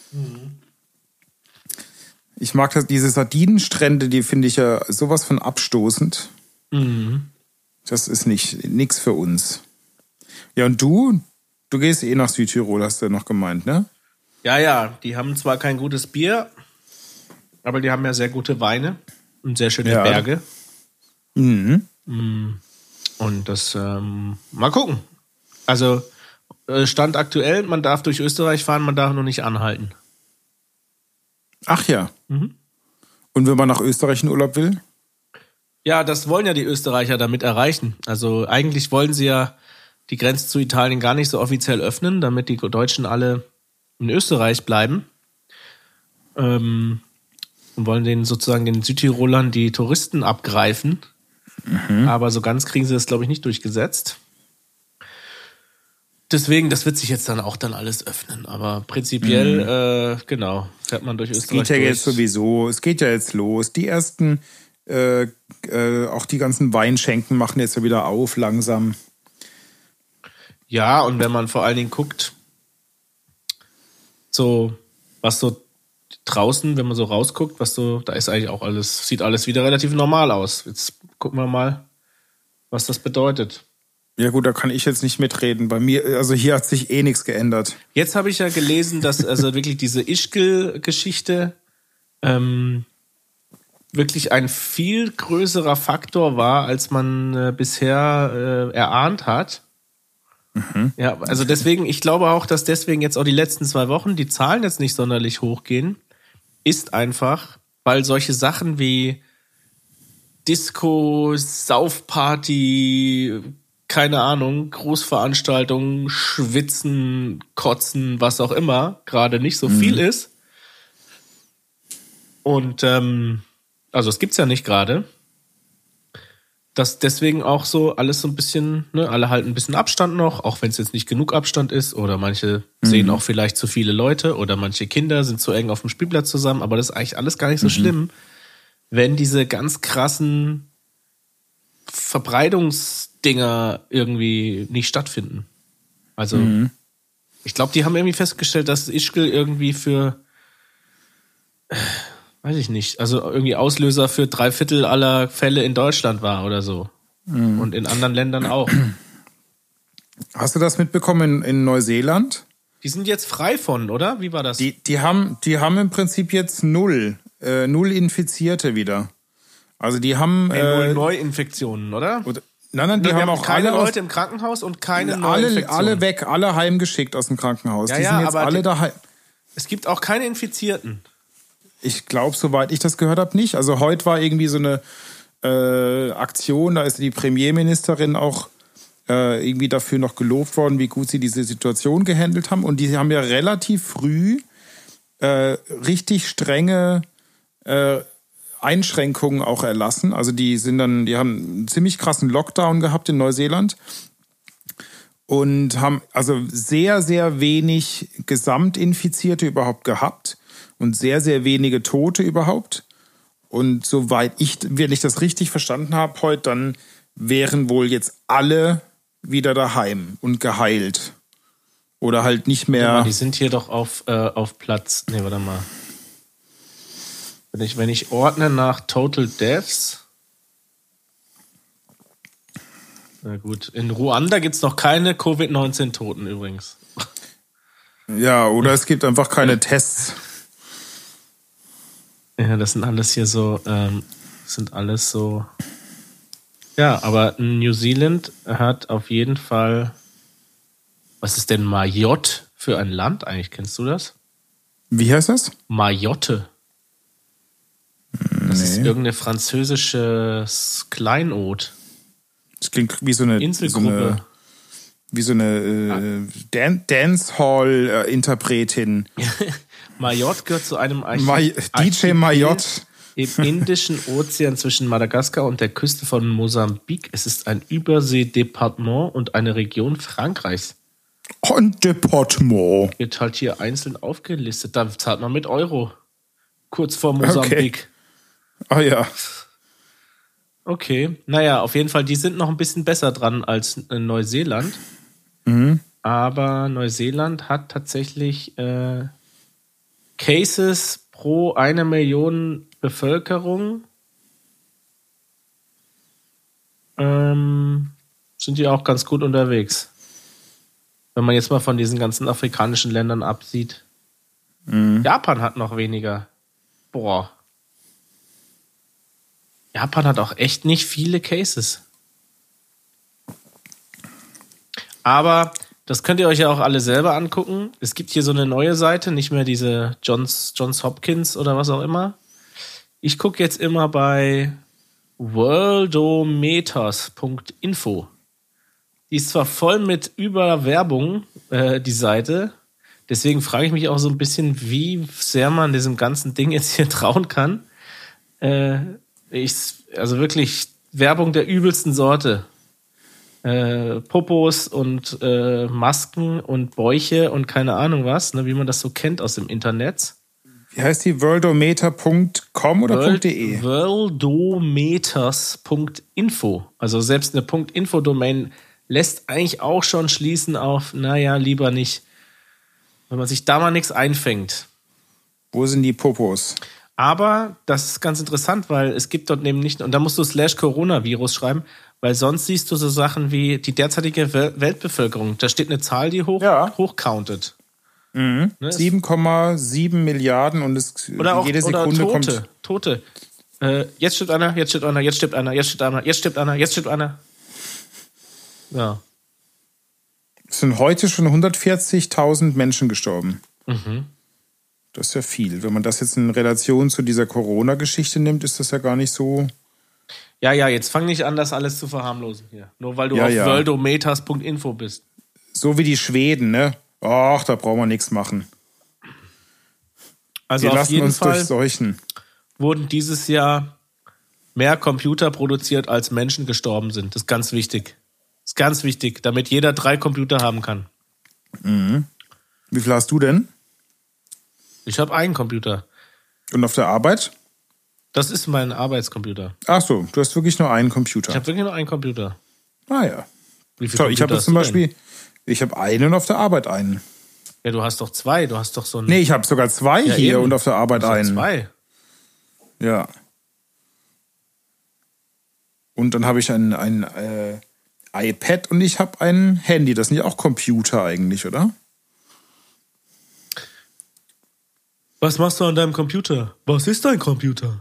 Ich mag diese Sardinenstrände, die finde ich ja sowas von abstoßend. Das ist nichts für uns. Ja, und du gehst eh nach Südtirol, hast du ja noch gemeint, ne? Ja, die haben zwar kein gutes Bier, aber die haben ja sehr gute Weine und sehr schöne Berge. Und das, mal gucken. Also, Stand aktuell, man darf durch Österreich fahren, man darf nur nicht anhalten. Ach ja. Und wenn man nach Österreich in Urlaub will? Ja, das wollen ja die Österreicher damit erreichen. Also eigentlich wollen sie ja die Grenze zu Italien gar nicht so offiziell öffnen, damit die Deutschen alle in Österreich bleiben. Und wollen den Südtirolern die Touristen abgreifen. Aber so ganz kriegen sie das, glaube ich, nicht durchgesetzt. Deswegen, das wird sich jetzt dann alles öffnen. Aber prinzipiell, fährt man durch Österreich. Es geht ja jetzt sowieso, es geht ja jetzt los. Die ersten, auch die ganzen Weinschenken machen jetzt ja wieder auf, langsam. Ja, und wenn man vor allen Dingen guckt, was so draußen, wenn man so rausguckt, da ist eigentlich auch sieht alles wieder relativ normal aus. Jetzt gucken wir mal, was das bedeutet. Ja gut, da kann ich jetzt nicht mitreden. Bei mir, also hier hat sich eh nichts geändert. Jetzt habe ich ja gelesen, dass also wirklich diese Ischgl-Geschichte wirklich ein viel größerer Faktor war, als man bisher erahnt hat. Ja, also deswegen, ich glaube auch, dass deswegen jetzt auch die letzten 2 Wochen die Zahlen jetzt nicht sonderlich hochgehen, ist einfach, weil solche Sachen wie Disco, Saufparty, keine Ahnung, Großveranstaltungen, Schwitzen, Kotzen, was auch immer, gerade nicht so viel ist. Und also es gibt's ja nicht gerade. Dass deswegen auch so alles so ein bisschen, ne, alle halten ein bisschen Abstand noch, auch wenn es jetzt nicht genug Abstand ist, oder manche sehen auch vielleicht zu viele Leute, oder manche Kinder sind zu eng auf dem Spielplatz zusammen, aber das ist eigentlich alles gar nicht so schlimm, wenn diese ganz krassen Verbreitungsdinger irgendwie nicht stattfinden. Also ich glaube, die haben irgendwie festgestellt, dass Ischgl irgendwie für weiß ich nicht, also irgendwie Auslöser für 3/4 aller Fälle in Deutschland war oder so. Und in anderen Ländern auch. Hast du das mitbekommen in Neuseeland? Die sind jetzt frei von, oder? Wie war das? Die haben im Prinzip jetzt null Infizierte wieder. Also die haben... null Neuinfektionen, oder? Nein, die haben auch keine alle Leute im Krankenhaus und keine Neuinfektionen. Alle weg, alle heimgeschickt aus dem Krankenhaus. Ja, die sind jetzt aber alle daheim. Es gibt auch keine Infizierten. Ich glaube, soweit ich das gehört habe, nicht. Also heute war irgendwie so eine Aktion, da ist die Premierministerin auch irgendwie dafür noch gelobt worden, wie gut sie diese Situation gehandelt haben. Und die haben ja relativ früh richtig strenge Einschränkungen auch erlassen. Also die haben einen ziemlich krassen Lockdown gehabt in Neuseeland und haben also sehr, sehr wenig Gesamtinfizierte überhaupt gehabt. und sehr, sehr wenige Tote überhaupt. Und wenn ich das richtig verstanden habe heute, dann wären wohl jetzt alle wieder daheim und geheilt. Oder halt nicht mehr. Die sind hier doch auf Platz. Nee, warte mal. Wenn ich ordne nach Total Deaths. Na gut. In Ruanda gibt es noch keine Covid-19-Toten übrigens. Ja, oder es gibt einfach keine Tests. Ja, das sind alles hier so. Ja, aber New Zealand hat auf jeden Fall. Was ist denn Mayotte für ein Land eigentlich? Kennst du das? Wie heißt das? Mayotte. Das ist irgendeine französische Kleinod. Das klingt wie so eine Inselgruppe. Wie so eine Dancehall-Interpretin. Mayotte gehört zu einem DJ Mayotte. Im Indischen Ozean zwischen Madagaskar und der Küste von Mosambik. Es ist ein Überseedepartement und eine Region Frankreichs. Ein Departement. Wird halt hier einzeln aufgelistet. Da zahlt man mit Euro. Kurz vor Mosambik. Ah ja. Okay. Naja, auf jeden Fall, die sind noch ein bisschen besser dran als Neuseeland. Mhm. Aber Neuseeland hat tatsächlich Cases pro 1 Million Bevölkerung. Sind die auch ganz gut unterwegs. Wenn man jetzt mal von diesen ganzen afrikanischen Ländern absieht. Mhm. Japan hat noch weniger. Boah. Japan hat auch echt nicht viele Cases. Aber das könnt ihr euch ja auch alle selber angucken. Es gibt hier so eine neue Seite, nicht mehr diese Johns Hopkins oder was auch immer. Ich gucke jetzt immer bei worldometers.info. Die ist zwar voll mit Überwerbung, die Seite. Deswegen frage ich mich auch so ein bisschen, wie sehr man diesem ganzen Ding jetzt hier trauen kann. Also wirklich Werbung der übelsten Sorte. Popos und Masken und Bäuche und keine Ahnung was, ne, wie man das so kennt aus dem Internet. Wie heißt die? Worldometer.com oder .de? Worldometers.info. Also selbst eine .info-Domain lässt eigentlich auch schon schließen auf, naja, lieber nicht. Wenn man sich da mal nichts einfängt. Wo sind die Popos? Aber das ist ganz interessant, weil es gibt dort nämlich nicht, und da musst du /Coronavirus schreiben, weil sonst siehst du so Sachen wie die derzeitige Weltbevölkerung. Da steht eine Zahl, die hochcountet. Mhm. Ne? 7,7 Milliarden und jede Sekunde kommt. Tote. Jetzt stirbt einer, jetzt stirbt einer, jetzt stirbt einer, jetzt stirbt einer, jetzt stirbt einer, jetzt stirbt einer. Ja. Es sind heute schon 140.000 Menschen gestorben. Mhm. Das ist ja viel. Wenn man das jetzt in Relation zu dieser Corona-Geschichte nimmt, ist das ja gar nicht so. Ja, jetzt fang nicht an, das alles zu verharmlosen hier. Nur weil du auf worldometers.info bist. So wie die Schweden, ne? Ach, da brauchen wir nichts machen. Also wir auf lassen jeden uns Fall durchseuchen. Wurden dieses Jahr mehr Computer produziert, als Menschen gestorben sind. Das ist ganz wichtig. Das ist ganz wichtig, damit jeder 3 Computer haben kann. Mhm. Wie viel hast du denn? Ich habe einen Computer. Und auf der Arbeit? Das ist mein Arbeitscomputer. Ach so, du hast wirklich nur einen Computer. Ich habe wirklich nur einen Computer. Ah ja. Wie viele Toll, ich habe jetzt zum Beispiel, ich habe einen und auf der Arbeit einen. Ja, du hast doch 2. Du hast doch so einen. Nee, ich habe sogar 2 hier eben. Und auf der Arbeit einen. 2. Ja. Und dann habe ich ein iPad und ich habe ein Handy. Das sind ja auch Computer eigentlich, oder? Was machst du an deinem Computer? Was ist dein Computer?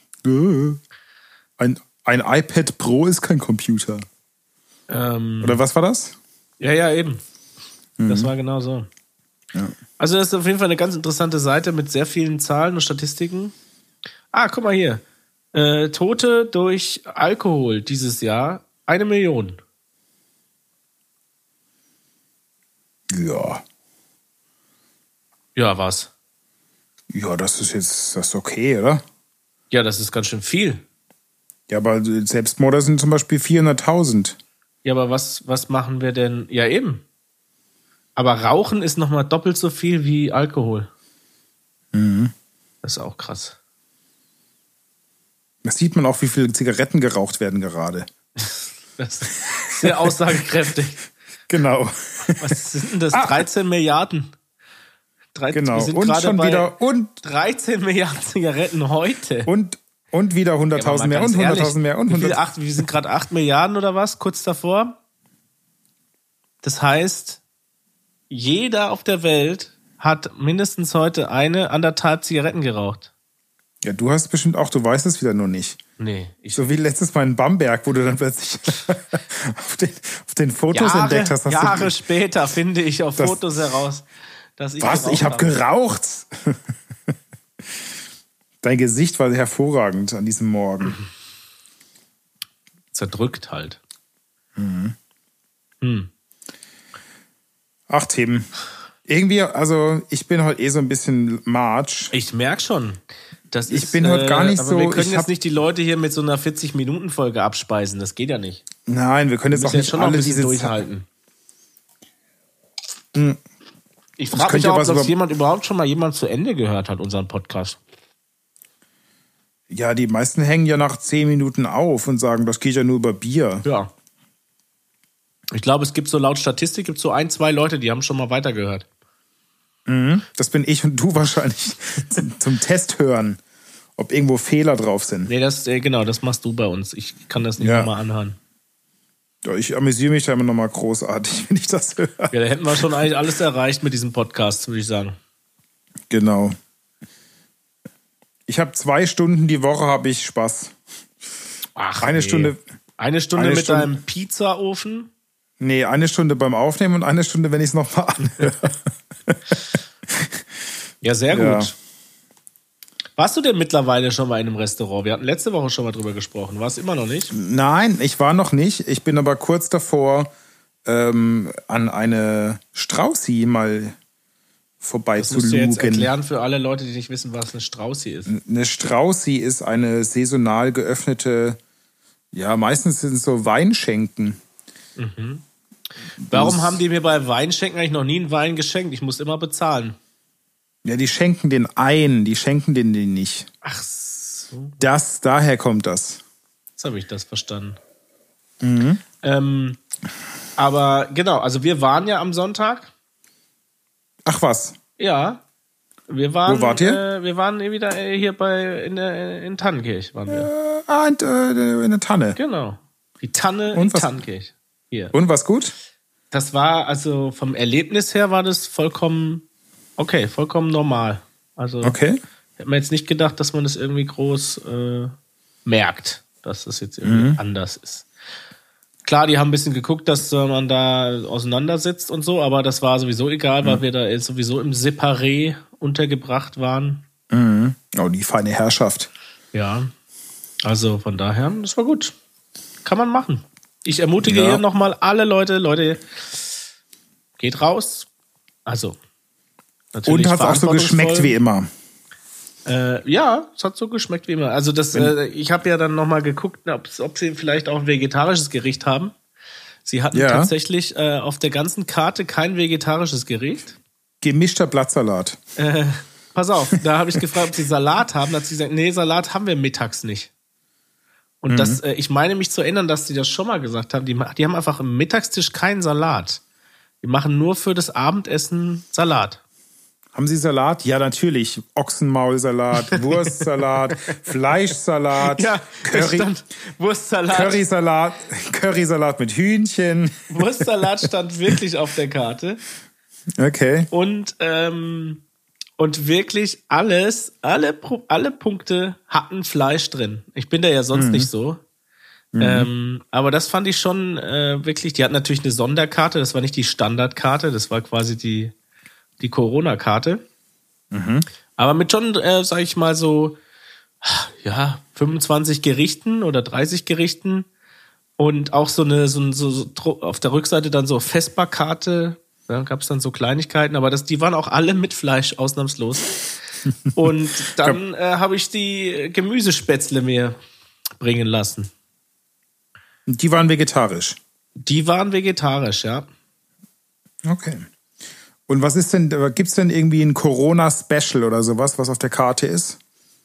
Ein iPad Pro ist kein Computer. Oder was war das? Ja, eben. Mhm. Das war genau so. Ja. Also das ist auf jeden Fall eine ganz interessante Seite mit sehr vielen Zahlen und Statistiken. Ah, guck mal hier. Tote durch Alkohol dieses Jahr 1 Million. Ja. Ja, was? Ja, das ist okay, oder? Ja, das ist ganz schön viel. Ja, aber Selbstmorde sind zum Beispiel 400.000. Ja, aber was machen wir denn? Ja, eben. Aber Rauchen ist nochmal doppelt so viel wie Alkohol. Das ist auch krass. Da sieht man auch, wie viele Zigaretten geraucht werden gerade. Das ist sehr aussagekräftig. Genau. Was sind denn das? 13 Milliarden. Genau. Wir sind Und gerade schon bei wieder 13 Milliarden Zigaretten heute. Und wieder 100.000 mehr und 100.000 mehr und 100.000. Wir sind gerade 8 Milliarden oder was, kurz davor. Das heißt, jeder auf der Welt hat mindestens heute 1,5 Zigaretten geraucht. Ja, du hast bestimmt auch, du weißt es wieder nur nicht. Nee. So wie letztes Mal in Bamberg, wo du dann plötzlich auf den Fotos entdeckt hast. Jahre später finde ich auf Fotos heraus, dass ich was? Ich habe geraucht? Dein Gesicht war hervorragend an diesem Morgen. Zerdrückt halt. Ach, Tim. Irgendwie, also ich bin heute so ein bisschen March. Ich merke schon. Ich bin heute gar nicht aber so... wir können jetzt nicht die Leute hier mit so einer 40-Minuten-Folge abspeisen. Das geht ja nicht. Nein, wir können jetzt auch nicht schon alle noch ein bisschen diese... durchhalten. Ich frage mich auch, ob jemand überhaupt schon mal jemand zu Ende gehört hat, unseren Podcast. Ja, die meisten hängen ja nach 10 Minuten auf und sagen, das geht ja nur über Bier. Ja. Ich glaube, es gibt so laut Statistik, gibt so 1, 2 Leute, die haben schon mal weitergehört. Das bin ich und du wahrscheinlich zum Test hören, ob irgendwo Fehler drauf sind. Nee, das machst du bei uns. Ich kann das nicht nochmal anhören. Ja, ich amüsiere mich da immer nochmal großartig, wenn ich das höre. Ja, da hätten wir schon eigentlich alles erreicht mit diesem Podcast, würde ich sagen. Genau. Ich habe 2 Stunden die Woche habe ich Spaß. Ach, eine Stunde mit deinem Pizzaofen? Nee, 1 Stunde beim Aufnehmen und 1 Stunde, wenn ich es nochmal anhöre. Ja, sehr gut. Ja. Warst du denn mittlerweile schon mal in einem Restaurant? Wir hatten letzte Woche schon mal drüber gesprochen. Warst du immer noch nicht? Nein, ich war noch nicht. Ich bin aber kurz davor, an eine Straußi mal vorbei zu lugen. Das musst du jetzt erklären für alle Leute, die nicht wissen, was eine Straußi ist. Eine Straußi ist eine saisonal geöffnete, ja, meistens sind es so Weinschenken. Warum haben die mir bei Weinschenken eigentlich noch nie einen Wein geschenkt? Ich muss immer bezahlen. Ja, die schenken den ein, die schenken den nicht. Ach so. Daher kommt das. Jetzt habe ich das verstanden. Aber genau, also wir waren ja am Sonntag. Ach was? Ja. Wir waren, wo wart ihr? Wir waren wieder hier in Tannenkirch. Waren wir. In der Tanne. Genau. Die Tanne in Tannenkirch. Hier. Und was gut? Das war, also vom Erlebnis her war das vollkommen normal. Also hätte man jetzt nicht gedacht, dass man das irgendwie groß merkt, dass das jetzt irgendwie anders ist. Klar, die haben ein bisschen geguckt, dass man da auseinandersitzt und so, aber das war sowieso egal, weil wir da sowieso im Separé untergebracht waren. Oh, die feine Herrschaft. Ja, also von daher, das war gut. Kann man machen. Ich ermutige hier nochmal alle Leute, geht raus. Also, natürlich. Und hat es auch so geschmeckt wie immer. Ja, es hat so geschmeckt wie immer. Also ich habe ja dann nochmal geguckt, ob sie vielleicht auch ein vegetarisches Gericht haben. Sie hatten tatsächlich auf der ganzen Karte kein vegetarisches Gericht. Gemischter Blattsalat. Pass auf, da habe ich gefragt, ob sie Salat haben. Da hat sie gesagt, nee, Salat haben wir mittags nicht. Und ich meine mich zu erinnern, dass die das schon mal gesagt haben. Die haben einfach im Mittagstisch keinen Salat. Die machen nur für das Abendessen Salat. Haben Sie Salat? Ja, natürlich. Ochsenmaulsalat, Wurstsalat, Fleischsalat, ja, Wurstsalat, Currysalat mit Hühnchen. Wurstsalat stand wirklich auf der Karte. Okay. Und wirklich alle Punkte hatten Fleisch drin. Ich bin da ja sonst nicht so. Aber das fand ich schon wirklich, die hatten natürlich eine Sonderkarte, das war nicht die Standardkarte, das war quasi die Corona-Karte. Aber mit schon, sag ich mal so, 25 Gerichten oder 30 Gerichten und auch so auf der Rückseite dann so Vesperkarte. Da gab es dann so Kleinigkeiten, aber die waren auch alle mit Fleisch, ausnahmslos. Und dann habe ich die Gemüsespätzle mir bringen lassen. Die waren vegetarisch? Die waren vegetarisch, ja. Okay. Und was ist denn, gibt's denn irgendwie ein Corona-Special oder sowas, was auf der Karte ist?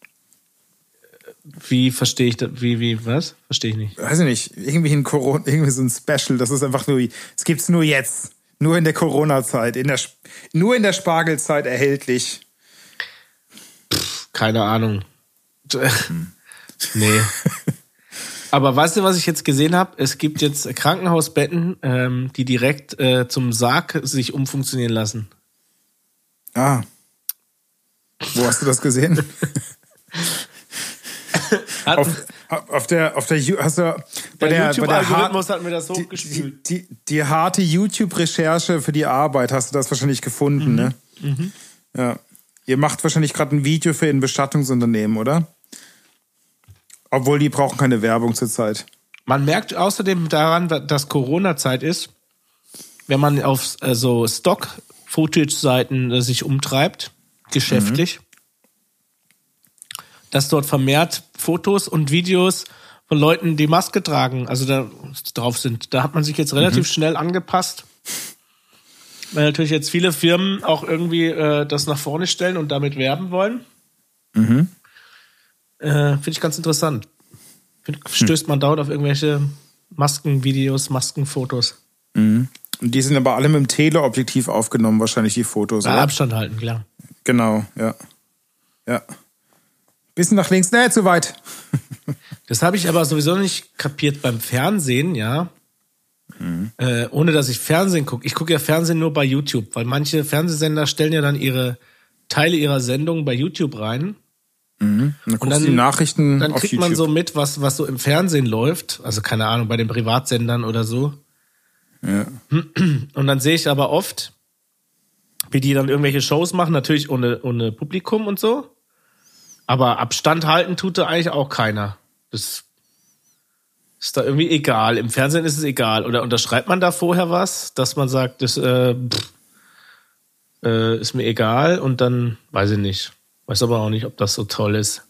Wie verstehe ich das? Was? Verstehe ich nicht. Weiß ich nicht. Irgendwie so ein Special, das ist einfach nur, es gibt's nur jetzt. Nur in der Corona-Zeit. Nur in der Spargelzeit erhältlich. Keine Ahnung. Nee. Aber weißt du, was ich jetzt gesehen habe? Es gibt jetzt Krankenhausbetten, die direkt zum Sarg sich umfunktionieren lassen. Ah. Wo hast du das gesehen? Auf der hast du bei der YouTube-Algorithmus hat mir das hochgespielt. Die harte YouTube-Recherche für die Arbeit hast du das wahrscheinlich gefunden, ne? Mhm. Ja. Ihr macht wahrscheinlich gerade ein Video für ein Bestattungsunternehmen, oder? Obwohl die brauchen keine Werbung zurzeit. Man merkt außerdem daran, dass Corona-Zeit ist, wenn man auf so Stock-Footage-Seiten sich umtreibt, geschäftlich, dass dort vermehrt Fotos und Videos von Leuten, die Maske tragen, also da drauf sind. Da hat man sich jetzt relativ schnell angepasst, weil natürlich jetzt viele Firmen auch irgendwie das nach vorne stellen und damit werben wollen. Finde ich ganz interessant. Stößt man dauernd auf irgendwelche Maskenvideos, Maskenfotos. Und die sind aber alle mit dem Teleobjektiv aufgenommen, wahrscheinlich die Fotos. Bei Abstand halten, klar. Genau, ja. Ja. Bisschen nach links, zu weit. Das habe ich aber sowieso nicht kapiert beim Fernsehen, ja. Ohne dass ich Fernsehen gucke. Ich gucke ja Fernsehen nur bei YouTube, weil manche Fernsehsender stellen ja dann ihre Teile ihrer Sendung bei YouTube rein. Dann guckst du die Nachrichten dann auf kriegt YouTube. man so mit, was so im Fernsehen läuft. Also keine Ahnung, bei den Privatsendern oder so. Ja. Und dann sehe ich aber oft, wie die dann irgendwelche Shows machen, natürlich ohne Publikum und so. Aber Abstand halten tut da eigentlich auch keiner. Das ist da irgendwie egal. Im Fernsehen ist es egal. Oder unterschreibt man da vorher was, dass man sagt, das ist mir egal und dann weiß ich nicht. Weiß aber auch nicht, ob das so toll ist.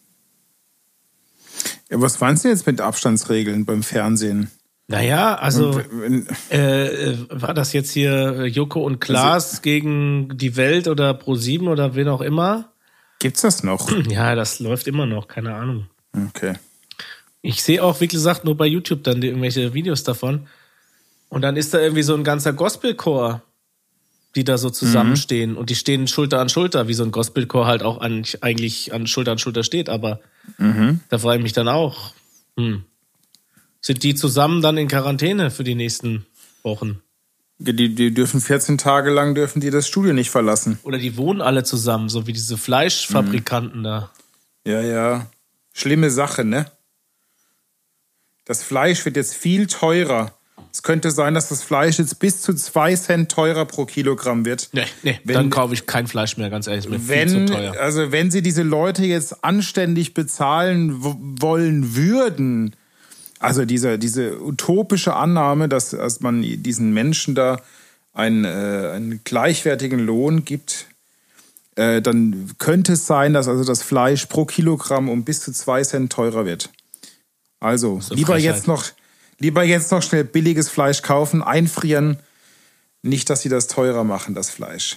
Ja, was meinst du jetzt mit Abstandsregeln beim Fernsehen? Naja, also war das jetzt hier Joko und Klaas gegen die Welt oder Pro7 oder wen auch immer? Gibt's das noch? Ja, das läuft immer noch, keine Ahnung. Okay. Ich sehe auch, wie gesagt, nur bei YouTube dann irgendwelche Videos davon. Und dann ist da irgendwie so ein ganzer Gospelchor, die da so zusammenstehen. Und die stehen Schulter an Schulter, wie so ein Gospelchor halt auch eigentlich an Schulter steht. Aber da frage ich mich dann auch, sind die zusammen dann in Quarantäne für die nächsten Wochen? Die dürfen 14 Tage lang das Studio nicht verlassen. Oder die wohnen alle zusammen, so wie diese Fleischfabrikanten da. Ja. Schlimme Sache, ne? Das Fleisch wird jetzt viel teurer. Es könnte sein, dass das Fleisch jetzt bis zu 2 Cent teurer pro Kilogramm wird. Nee, dann kaufe ich kein Fleisch mehr, ganz ehrlich. Ist mir viel zu teuer. Also wenn sie diese Leute jetzt anständig bezahlen wollen würden, also diese utopische Annahme, dass man diesen Menschen da einen gleichwertigen Lohn gibt, dann könnte es sein, dass also das Fleisch pro Kilogramm um bis zu 2 Cent teurer wird. Also lieber jetzt noch schnell billiges Fleisch kaufen, einfrieren, nicht, dass sie das teurer machen, das Fleisch.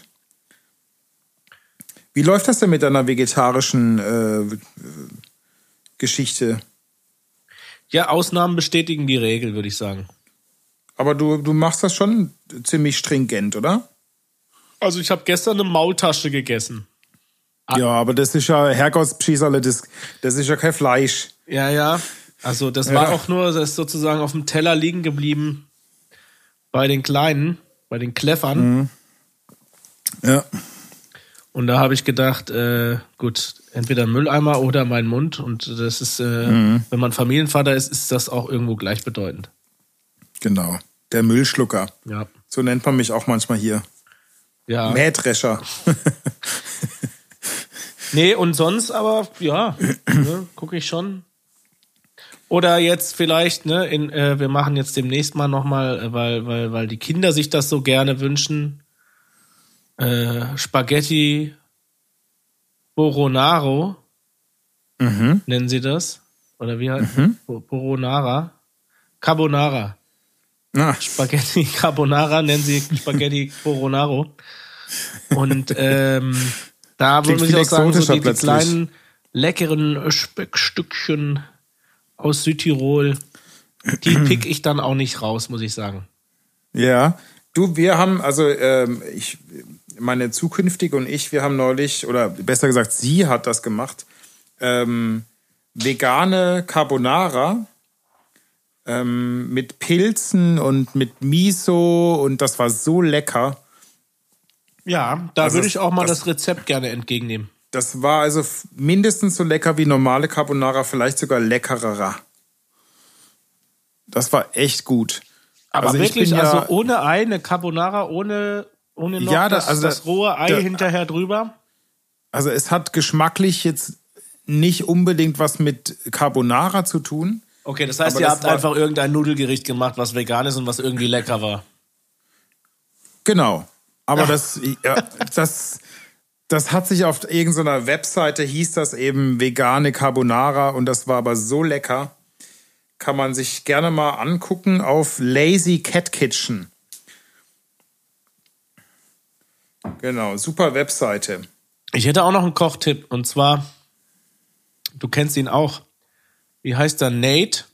Wie läuft das denn mit deiner vegetarischen Geschichte? Ja, Ausnahmen bestätigen die Regel, würde ich sagen. Aber du machst das schon ziemlich stringent, oder? Also ich habe gestern eine Maultasche gegessen. Ja, aber das ist ja Herrgottspschießerle, das ist ja kein Fleisch. Ja. Also das war auch nur, das ist sozusagen auf dem Teller liegen geblieben bei den Kleinen, bei den Kleffern. Ja. Und da habe ich gedacht, gut, entweder Mülleimer oder mein Mund. Und das ist, wenn man Familienvater ist, ist das auch irgendwo gleichbedeutend. Genau, der Müllschlucker. Ja. So nennt man mich auch manchmal hier. Ja. Mähdrescher. Nee, und sonst aber, ja, ne, gucke ich schon. Oder jetzt vielleicht, ne, wir machen jetzt demnächst mal nochmal, weil die Kinder sich das so gerne wünschen, Spaghetti Boronaro, nennen sie das? Oder wie heißt Boronara? Carbonara. Ah. Spaghetti Carbonara nennen sie Spaghetti Boronaro. Und da würde ich auch sagen, so die kleinen, leckeren Speckstückchen aus Südtirol, die pick ich dann auch nicht raus, muss ich sagen. Ja, wir haben, also meine zukünftige und ich, wir haben neulich, oder besser gesagt, sie hat das gemacht, vegane Carbonara mit Pilzen und mit Miso und das war so lecker. Ja, da würde ich auch mal das Rezept gerne entgegennehmen. Das war also mindestens so lecker wie normale Carbonara, vielleicht sogar leckerer. Das war echt gut. Aber also wirklich, also ohne Ei, eine Carbonara, ohne noch ja, das rohe Ei hinterher drüber? Also es hat geschmacklich jetzt nicht unbedingt was mit Carbonara zu tun. Okay, das heißt, ihr habt einfach irgendein Nudelgericht gemacht, was vegan ist und was irgendwie lecker war. Genau. Aber das hat sich auf irgendeiner Webseite, hieß das eben vegane Carbonara und das war aber so lecker. Kann man sich gerne mal angucken auf Lazy Cat Kitchen. Genau, super Webseite. Ich hätte auch noch einen Kochtipp und zwar, du kennst ihn auch. Wie heißt der? Nate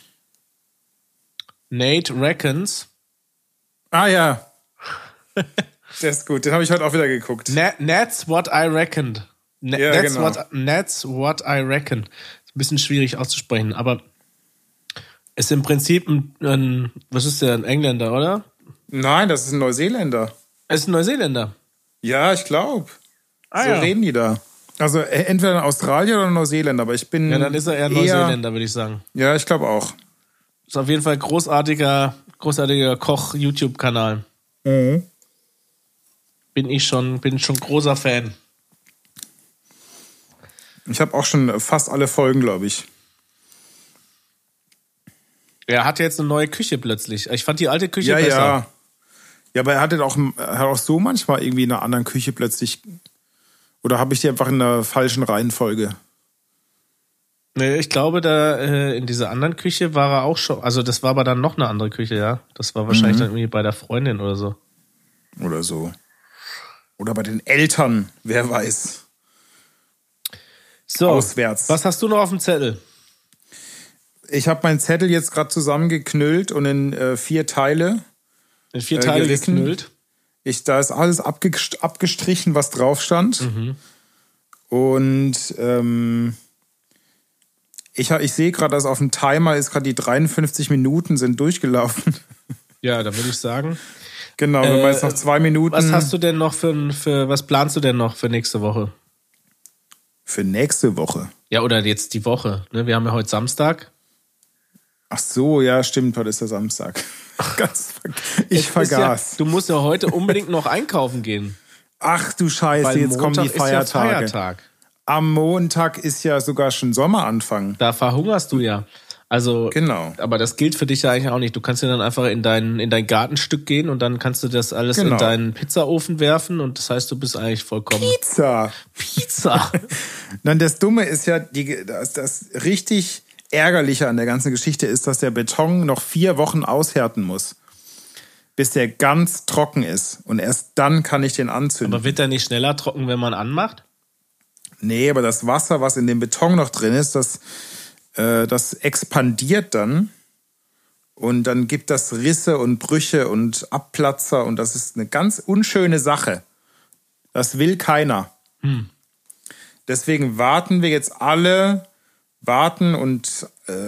Reckons. Ah ja. Der ist gut, den habe ich heute auch wieder geguckt. That's what I reckoned. That's what I reckon. Ist ein bisschen schwierig auszusprechen, aber ist im Prinzip was ist der, ein Engländer, oder? Nein, das ist ein Neuseeländer. Es ist ein Neuseeländer? Ja, ich glaube. Reden die da. Also entweder ein Australier oder ein Neuseeländer, aber ich bin... Ja, dann ist er eher ein Neuseeländer, würde ich sagen. Ja, ich glaube auch. Ist auf jeden Fall ein großartiger Koch-YouTube-Kanal. Mhm. Bin schon großer Fan. Ich habe auch schon fast alle Folgen, glaube ich. Er hatte jetzt eine neue Küche plötzlich. Ich fand die alte Küche besser. Ja. Ja, aber er hat auch so manchmal irgendwie in einer anderen Küche plötzlich. Oder habe ich die einfach in der falschen Reihenfolge? Nee, ich glaube, da in dieser anderen Küche war er auch schon. Also das war aber dann noch eine andere Küche, ja. Das war wahrscheinlich dann irgendwie bei der Freundin oder so. Oder so. Oder bei den Eltern, wer weiß. So, auswärts. Was hast du noch auf dem Zettel? Ich habe meinen Zettel jetzt gerade zusammengeknüllt und in 4 Teile. In 4 Teile geknüllt? Da ist alles abgestrichen, was drauf stand. Mhm. Und ich sehe gerade, dass auf dem Timer ist gerade die 53 Minuten sind durchgelaufen. Ja, da würde ich sagen. Genau, wenn man jetzt noch 2 Minuten. Was hast du denn noch was planst du denn noch für nächste Woche? Für nächste Woche? Ja, oder jetzt die Woche. Ne? Wir haben ja heute Samstag. Ach so, ja, stimmt, heute ist der Samstag. Ich vergaß. Ja, du musst ja heute unbedingt noch einkaufen gehen. Ach du Scheiße, weil jetzt kommen die Feiertage. Ja Feiertag. Am Montag ist ja sogar schon Sommeranfang. Da verhungerst du ja. Also, genau. Aber das gilt für dich ja eigentlich auch nicht. Du kannst ja dann einfach in dein Gartenstück gehen und dann kannst du das alles in deinen Pizzaofen werfen und das heißt, du bist eigentlich vollkommen... Pizza! Nein, das Dumme ist ja, das richtig Ärgerliche an der ganzen Geschichte ist, dass der Beton noch 4 Wochen aushärten muss, bis der ganz trocken ist und erst dann kann ich den anzünden. Aber wird der nicht schneller trocken, wenn man anmacht? Nee, aber das Wasser, was in dem Beton noch drin ist, das expandiert dann und dann gibt das Risse und Brüche und Abplatzer und das ist eine ganz unschöne Sache. Das will keiner. Deswegen warten wir jetzt alle, und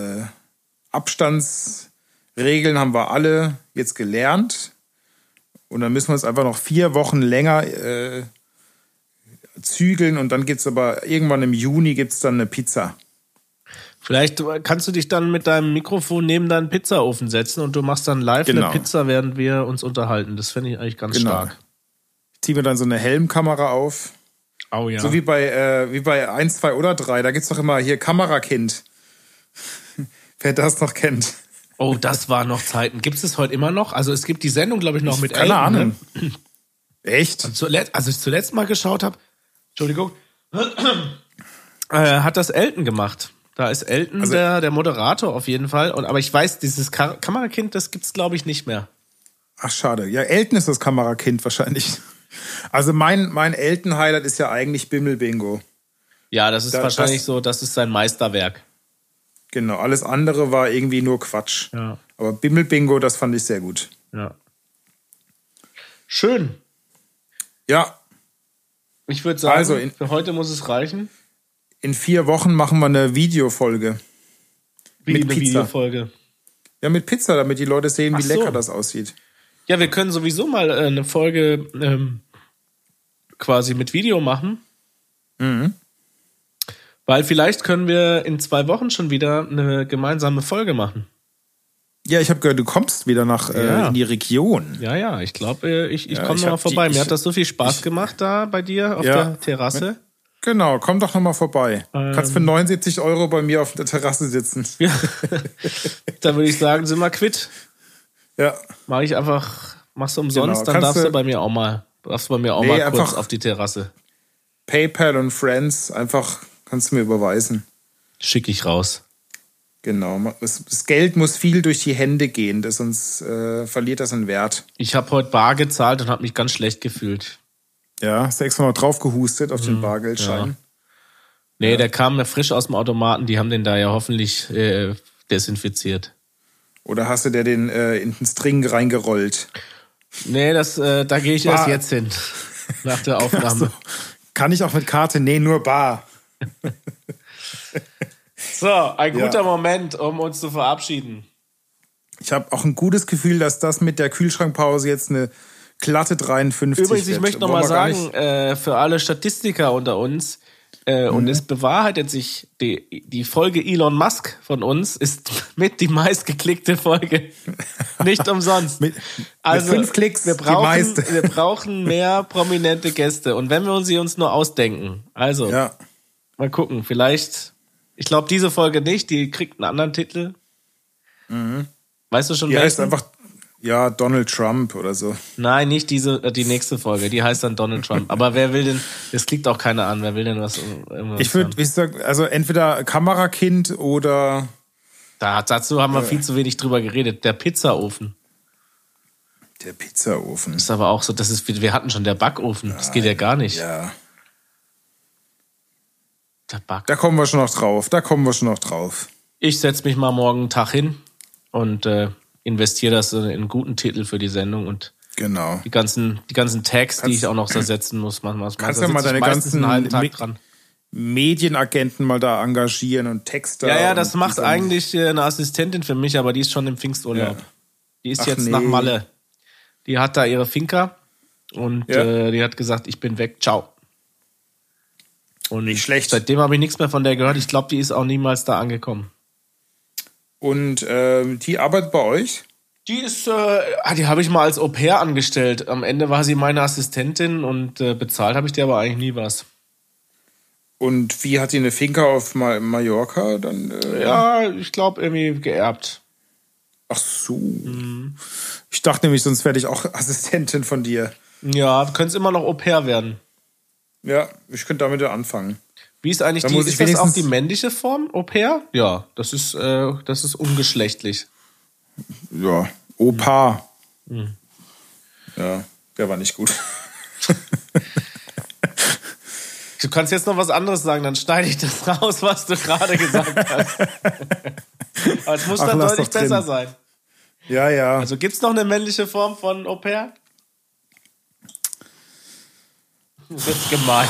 Abstandsregeln haben wir alle jetzt gelernt und dann müssen wir uns einfach noch 4 Wochen länger zügeln und dann gibt's aber irgendwann im Juni gibt's dann eine Pizza. Vielleicht kannst du dich dann mit deinem Mikrofon neben deinen Pizzaofen setzen und du machst dann live eine Pizza, während wir uns unterhalten. Das fände ich eigentlich ganz stark. Ich ziehe mir dann so eine Helmkamera auf. Oh ja. So wie bei 1, 2 oder 3. Da gibt's doch immer hier Kamerakind. Wer das noch kennt. Oh, das war noch Zeiten. Gibt es das heute immer noch? Also es gibt die Sendung, glaube ich, noch mit Keine Ahnung. Ne? Echt? Als ich zuletzt mal geschaut habe, Entschuldigung, hat das Elton gemacht. Da ist Elton der Moderator auf jeden Fall. Aber ich weiß, dieses Kamerakind, das gibt's glaube ich nicht mehr. Ach schade. Ja, Elton ist das Kamerakind wahrscheinlich. Also mein Elton-Highlight ist ja eigentlich Bimmelbingo. Ja, das ist wahrscheinlich so, das ist sein Meisterwerk. Genau, alles andere war irgendwie nur Quatsch. Ja. Aber Bimmelbingo, das fand ich sehr gut. Ja. Schön. Ja. Ich würde sagen, Also für heute muss es reichen. In 4 Wochen machen wir eine Videofolge. Wie mit eine Pizza. Videofolge. Ja, mit Pizza, damit die Leute sehen, wie Ach so. lecker das aussieht. Ja, wir können sowieso mal eine Folge quasi mit Video machen. Mhm. Weil vielleicht können wir in 2 Wochen schon wieder eine gemeinsame Folge machen. Ja, ich habe gehört, du kommst wieder in die Region. Ja, ich glaube, ich komme ich noch mal hab vorbei. die- Mir ich- hat das so viel Spaß gemacht da bei dir auf Ja. der Terrasse. Genau, komm doch nochmal vorbei. Kannst für 79 € bei mir auf der Terrasse sitzen. Ja. Dann würde ich sagen, sind wir quitt. Ja. Machst du umsonst, Genau, dann kannst darfst du du- bei mir auch mal kurz einfach- auf die Terrasse. PayPal und Friends, einfach kannst du mir überweisen. Schick ich raus. Genau. Das Geld muss viel durch die Hände gehen, sonst verliert das an Wert. Ich habe heute bar gezahlt und habe mich ganz schlecht gefühlt. Ja, 600 drauf gehustet auf den Bargeldschein. Nee, der kam mir frisch aus dem Automaten. Die haben den da ja hoffentlich desinfiziert. Oder hast du der den in den String reingerollt? Nee, da gehe ich erst jetzt hin. Nach der Aufnahme. So. Kann ich auch mit Karte? Nee, nur bar. So, ein guter Moment, um uns zu verabschieden. Ich habe auch ein gutes Gefühl, dass das mit der Kühlschrankpause jetzt eine glatte 53 Übrigens, ich wird. möchte noch mal sagen, für alle Statistiker unter uns, und es bewahrheitet sich, die Folge Elon Musk von uns ist mit die meistgeklickte Folge. Nicht umsonst. Mit Also 5 Klicks wir die meiste. wir brauchen mehr prominente Gäste. Und wenn wir sie uns nur ausdenken, also Ja. mal gucken, vielleicht, ich glaube diese Folge nicht, die kriegt einen anderen Titel. Weißt du schon Die heißt welchen? einfach, Donald Trump oder so. Nein, nicht die nächste Folge, die heißt dann Donald Trump. Aber wer will denn, das klickt auch keiner an, wer will denn was? Ich würde sagen, also entweder Kamerakind oder Dazu haben wir viel zu wenig drüber geredet. Der Pizzaofen. der Pizzaofen. Ist aber auch so, wir hatten schon der Backofen. Das geht ja gar nicht. Ja, Der Back. da kommen wir schon noch drauf. Ich setze mich mal morgen einen Tag hin und investiere das in einen guten Titel für die Sendung und Genau. die ganzen Tags, die ich auch noch ersetzen muss. Manchmal Kannst ja mal deine meistens ganzen einen halben Tag dran. Medienagenten mal da engagieren und Texter. Ja, das und macht die eigentlich eine Assistentin für mich, aber die ist schon im Pfingsturlaub. Ja. Die ist Ach, jetzt nee. nach Malle. Die hat da ihre Finca und die hat gesagt, ich bin weg, ciao. Und Nicht schlecht. Seitdem habe ich nichts mehr von der gehört. Ich glaube, die ist auch niemals da angekommen. Und die arbeitet bei euch? Die ist, die habe ich mal als Au-pair angestellt. Am Ende war sie meine Assistentin und bezahlt habe ich dir aber eigentlich nie was. Und wie hat die eine Finca auf Mallorca? Dann, Ja, ich glaube irgendwie geerbt. Ach so. Ich dachte nämlich, sonst werde ich auch Assistentin von dir. Ja, du könntest immer noch Au-pair werden. Ja, ich könnte damit ja anfangen. Wie ist eigentlich Da muss ich ist das auch wenigstens- die männliche Form, Au-pair? Ja, das ist ungeschlechtlich. Ja, Opa. Ja, der war nicht gut. Du kannst jetzt noch was anderes sagen, dann schneide ich das raus, was du gerade gesagt hast. Aber es muss Ach, dann lass deutlich doch drin. besser sein. Ja. Also gibt's noch eine männliche Form von Au-pair? Das ist gemein.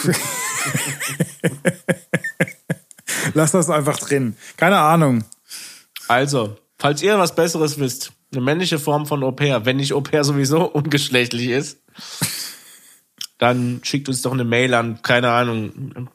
Lass das einfach drin. Keine Ahnung. Also, falls ihr was Besseres wisst, eine männliche Form von Au-pair, wenn nicht Au-pair sowieso ungeschlechtlich ist, dann schickt uns doch eine Mail an, keine Ahnung,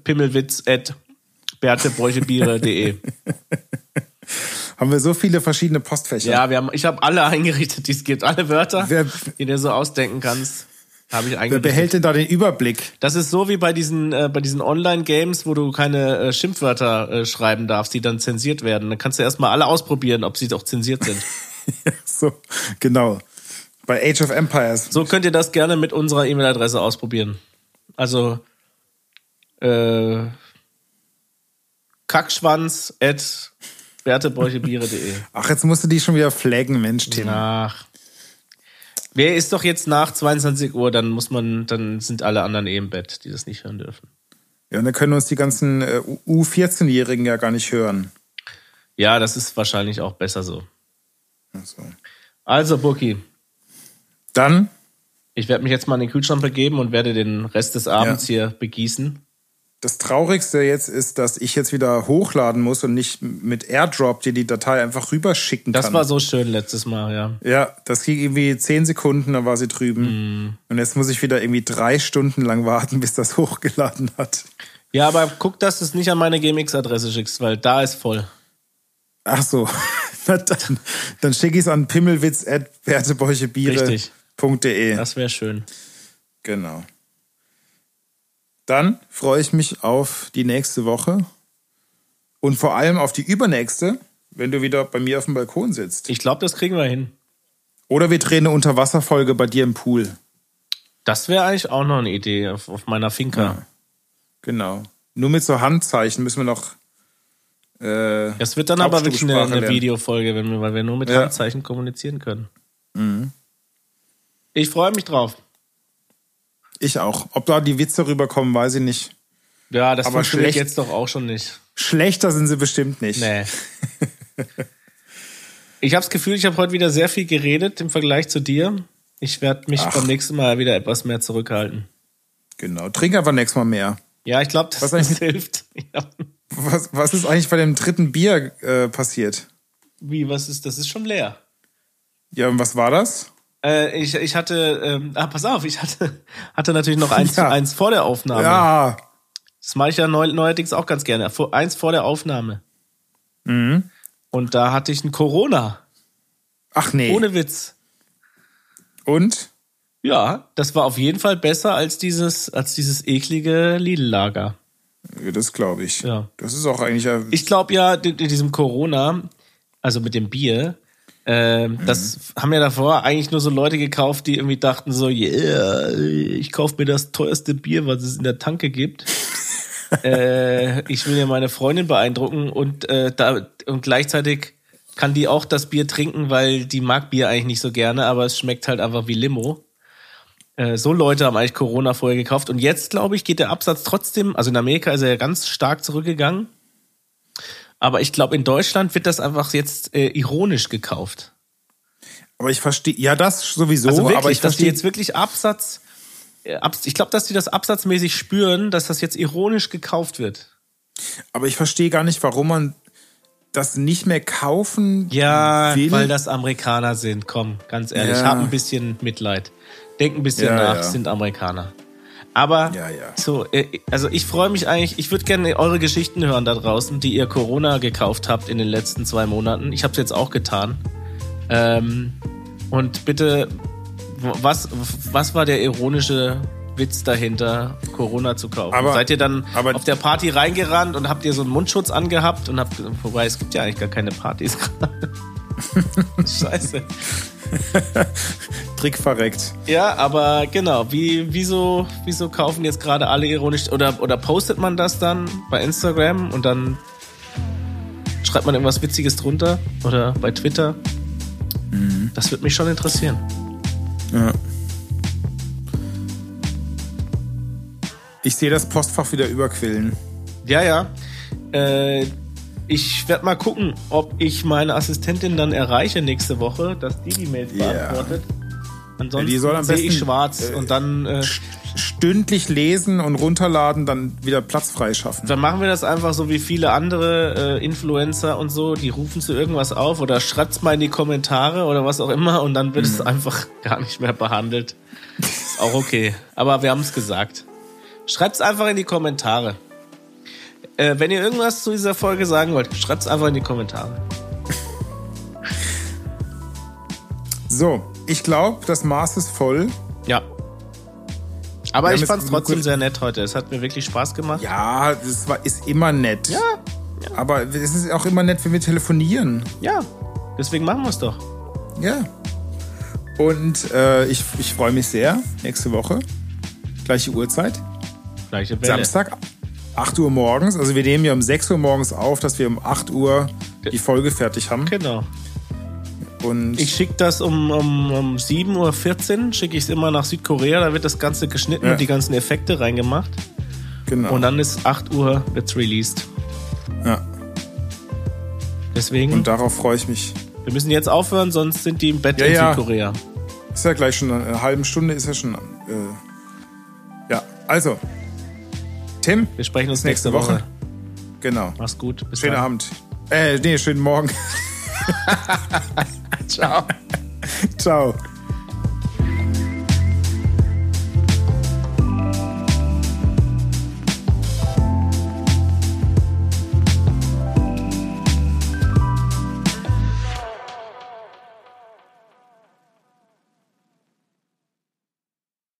pimmelwitz@bertebräuchebiere.de. Haben wir so viele verschiedene Postfächer. Ja, ich habe alle eingerichtet, die es gibt. Alle Wörter, Wer- die du so ausdenken kannst, habe ich Wer eingerichtet. behält denn da den Überblick? Das ist so wie bei diesen Online-Games, wo du keine Schimpfwörter schreiben darfst, die dann zensiert werden. Dann kannst du erstmal alle ausprobieren, ob sie doch zensiert sind. So, genau. Bei Age of Empires. So könnt ihr das gerne mit unserer E-Mail-Adresse ausprobieren. Also kackschwanz@bertebräuchebiere.de. Ach, jetzt musst du die schon wieder flaggen, Mensch, Tim. Ach. Wer ist doch jetzt nach 22 Uhr, dann sind alle anderen im Bett, die das nicht hören dürfen. Ja, und dann können uns die ganzen U14-Jährigen ja gar nicht hören. Ja, das ist wahrscheinlich auch besser so. So. Also, Burki. Dann? Ich werde mich jetzt mal in den Kühlschrank begeben und werde den Rest des Abends hier begießen. Das Traurigste jetzt ist, dass ich jetzt wieder hochladen muss und nicht mit AirDrop dir die Datei einfach rüberschicken kann. Das war so schön letztes Mal, ja. Ja, das ging irgendwie 10 Sekunden, dann war sie drüben. Und jetzt muss ich wieder irgendwie 3 Stunden lang warten, bis das hochgeladen hat. Ja, aber guck, dass du es nicht an meine GMX-Adresse schickst, weil da ist voll. Ach so, dann schicke ich es an pimmelwitz@bertebäuchebiere.de. Das wäre schön. Genau. Dann freue ich mich auf die nächste Woche und vor allem auf die übernächste, wenn du wieder bei mir auf dem Balkon sitzt. Ich glaube, das kriegen wir hin. Oder wir drehen eine Unterwasserfolge bei dir im Pool. Das wäre eigentlich auch noch eine Idee auf meiner Finca. Ja, genau. Nur mit so Handzeichen müssen wir noch es wird dann aber wirklich eine Videofolge, weil wir nur mit Handzeichen kommunizieren können. Mhm. Ich freue mich drauf. Ich auch. Ob da die Witze rüberkommen, weiß ich nicht. Ja, das funktioniert jetzt doch auch schon nicht. Schlechter sind sie bestimmt nicht. Nee. Ich habe das Gefühl, ich habe heute wieder sehr viel geredet im Vergleich zu dir. Ich werde mich beim nächsten Mal wieder etwas mehr zurückhalten. Genau. Trink einfach nächstes Mal mehr. Ja, ich glaube, das hilft. Ja. Was ist eigentlich bei dem 3. Bier passiert? Wie, was ist? Das ist schon leer. Ja, und was war das? Ich hatte, pass auf, ich hatte natürlich noch eins vor der Aufnahme. Ja. Das mache ich ja neuerdings auch ganz gerne. Eins vor der Aufnahme. Mhm. Und da hatte ich ein Corona. Ach nee. Ohne Witz. Und? Ja, das war auf jeden Fall besser als dieses eklige Lidl-Lager. Ja, das glaube ich. Ja. Das ist auch eigentlich ja. Ich glaube ja, in diesem Corona, also mit dem Bier, das haben ja davor eigentlich nur so Leute gekauft, die irgendwie dachten so, yeah, ich kaufe mir das teuerste Bier, was es in der Tanke gibt. Ich will ja meine Freundin beeindrucken und gleichzeitig kann die auch das Bier trinken, weil die mag Bier eigentlich nicht so gerne, aber es schmeckt halt einfach wie Limo. So Leute haben eigentlich Corona vorher gekauft und jetzt, glaube ich, geht der Absatz trotzdem, also in Amerika ist er ja ganz stark zurückgegangen. Aber ich glaube, in Deutschland wird das einfach jetzt ironisch gekauft. Aber ich verstehe, ja, das sowieso. Also wirklich, aber dass die jetzt wirklich ich glaube, dass die das absatzmäßig spüren, dass das jetzt ironisch gekauft wird. Aber ich verstehe gar nicht, warum man das nicht mehr kaufen will. Ja, weil das Amerikaner sind. Komm, ganz ehrlich, hab ein bisschen Mitleid. Denk ein bisschen nach, sind Amerikaner. Aber so, also ich freue mich eigentlich, ich würde gerne eure Geschichten hören da draußen, die ihr Corona gekauft habt in den letzten 2 Monaten. Ich habe es jetzt auch getan. Und bitte, was war der ironische Witz dahinter, Corona zu kaufen? Seid ihr dann auf der Party reingerannt und habt ihr so einen Mundschutz angehabt und wobei es gibt ja eigentlich gar keine Partys gerade. Scheiße. Trick verreckt. Ja, aber genau, wieso kaufen jetzt gerade alle ironisch oder postet man das dann bei Instagram und dann schreibt man irgendwas Witziges drunter oder bei Twitter? Das würde mich schon interessieren. Ja. Ich sehe das Postfach wieder überquillen. Ja. Ich werde mal gucken, ob ich meine Assistentin dann erreiche nächste Woche, dass die Mails beantwortet. Ansonsten sehe ich schwarz und dann stündlich lesen und runterladen, dann wieder Platz freischaffen. Dann machen wir das einfach so wie viele andere Influencer und so, die rufen zu irgendwas auf oder schreibt's mal in die Kommentare oder was auch immer und dann wird es einfach gar nicht mehr behandelt. Ist auch okay. Aber wir haben es gesagt. Schreibt's einfach in die Kommentare. Wenn ihr irgendwas zu dieser Folge sagen wollt, schreibt's einfach in die Kommentare. So, ich glaube, das Maß ist voll. Ja. Aber ich fand's trotzdem sehr nett heute. Es hat mir wirklich Spaß gemacht. Ja, ist immer nett. Ja. Aber es ist auch immer nett, wenn wir telefonieren. Ja, deswegen machen wir es doch. Ja. Und ich freue mich sehr. Nächste Woche. Gleiche Uhrzeit. Gleiche Welle. Samstag, 8 Uhr morgens. Also wir nehmen ja um 6 Uhr morgens auf, dass wir um 8 Uhr die Folge fertig haben. Genau. Und ich schicke das um 7:14 Uhr, schicke ich es immer nach Südkorea, da wird das Ganze geschnitten und die ganzen Effekte reingemacht. Genau. Und dann ist 8 Uhr wird's released. Ja. Deswegen. Und darauf freue ich mich. Wir müssen jetzt aufhören, sonst sind die im Bett in Südkorea. Ist ja gleich schon eine halbe Stunde, ist ja schon. Ja, also. Tim. Wir sprechen uns nächste Woche. Genau. Mach's gut. Bis schönen dann. Abend. Schönen Morgen. Ciao. Ciao.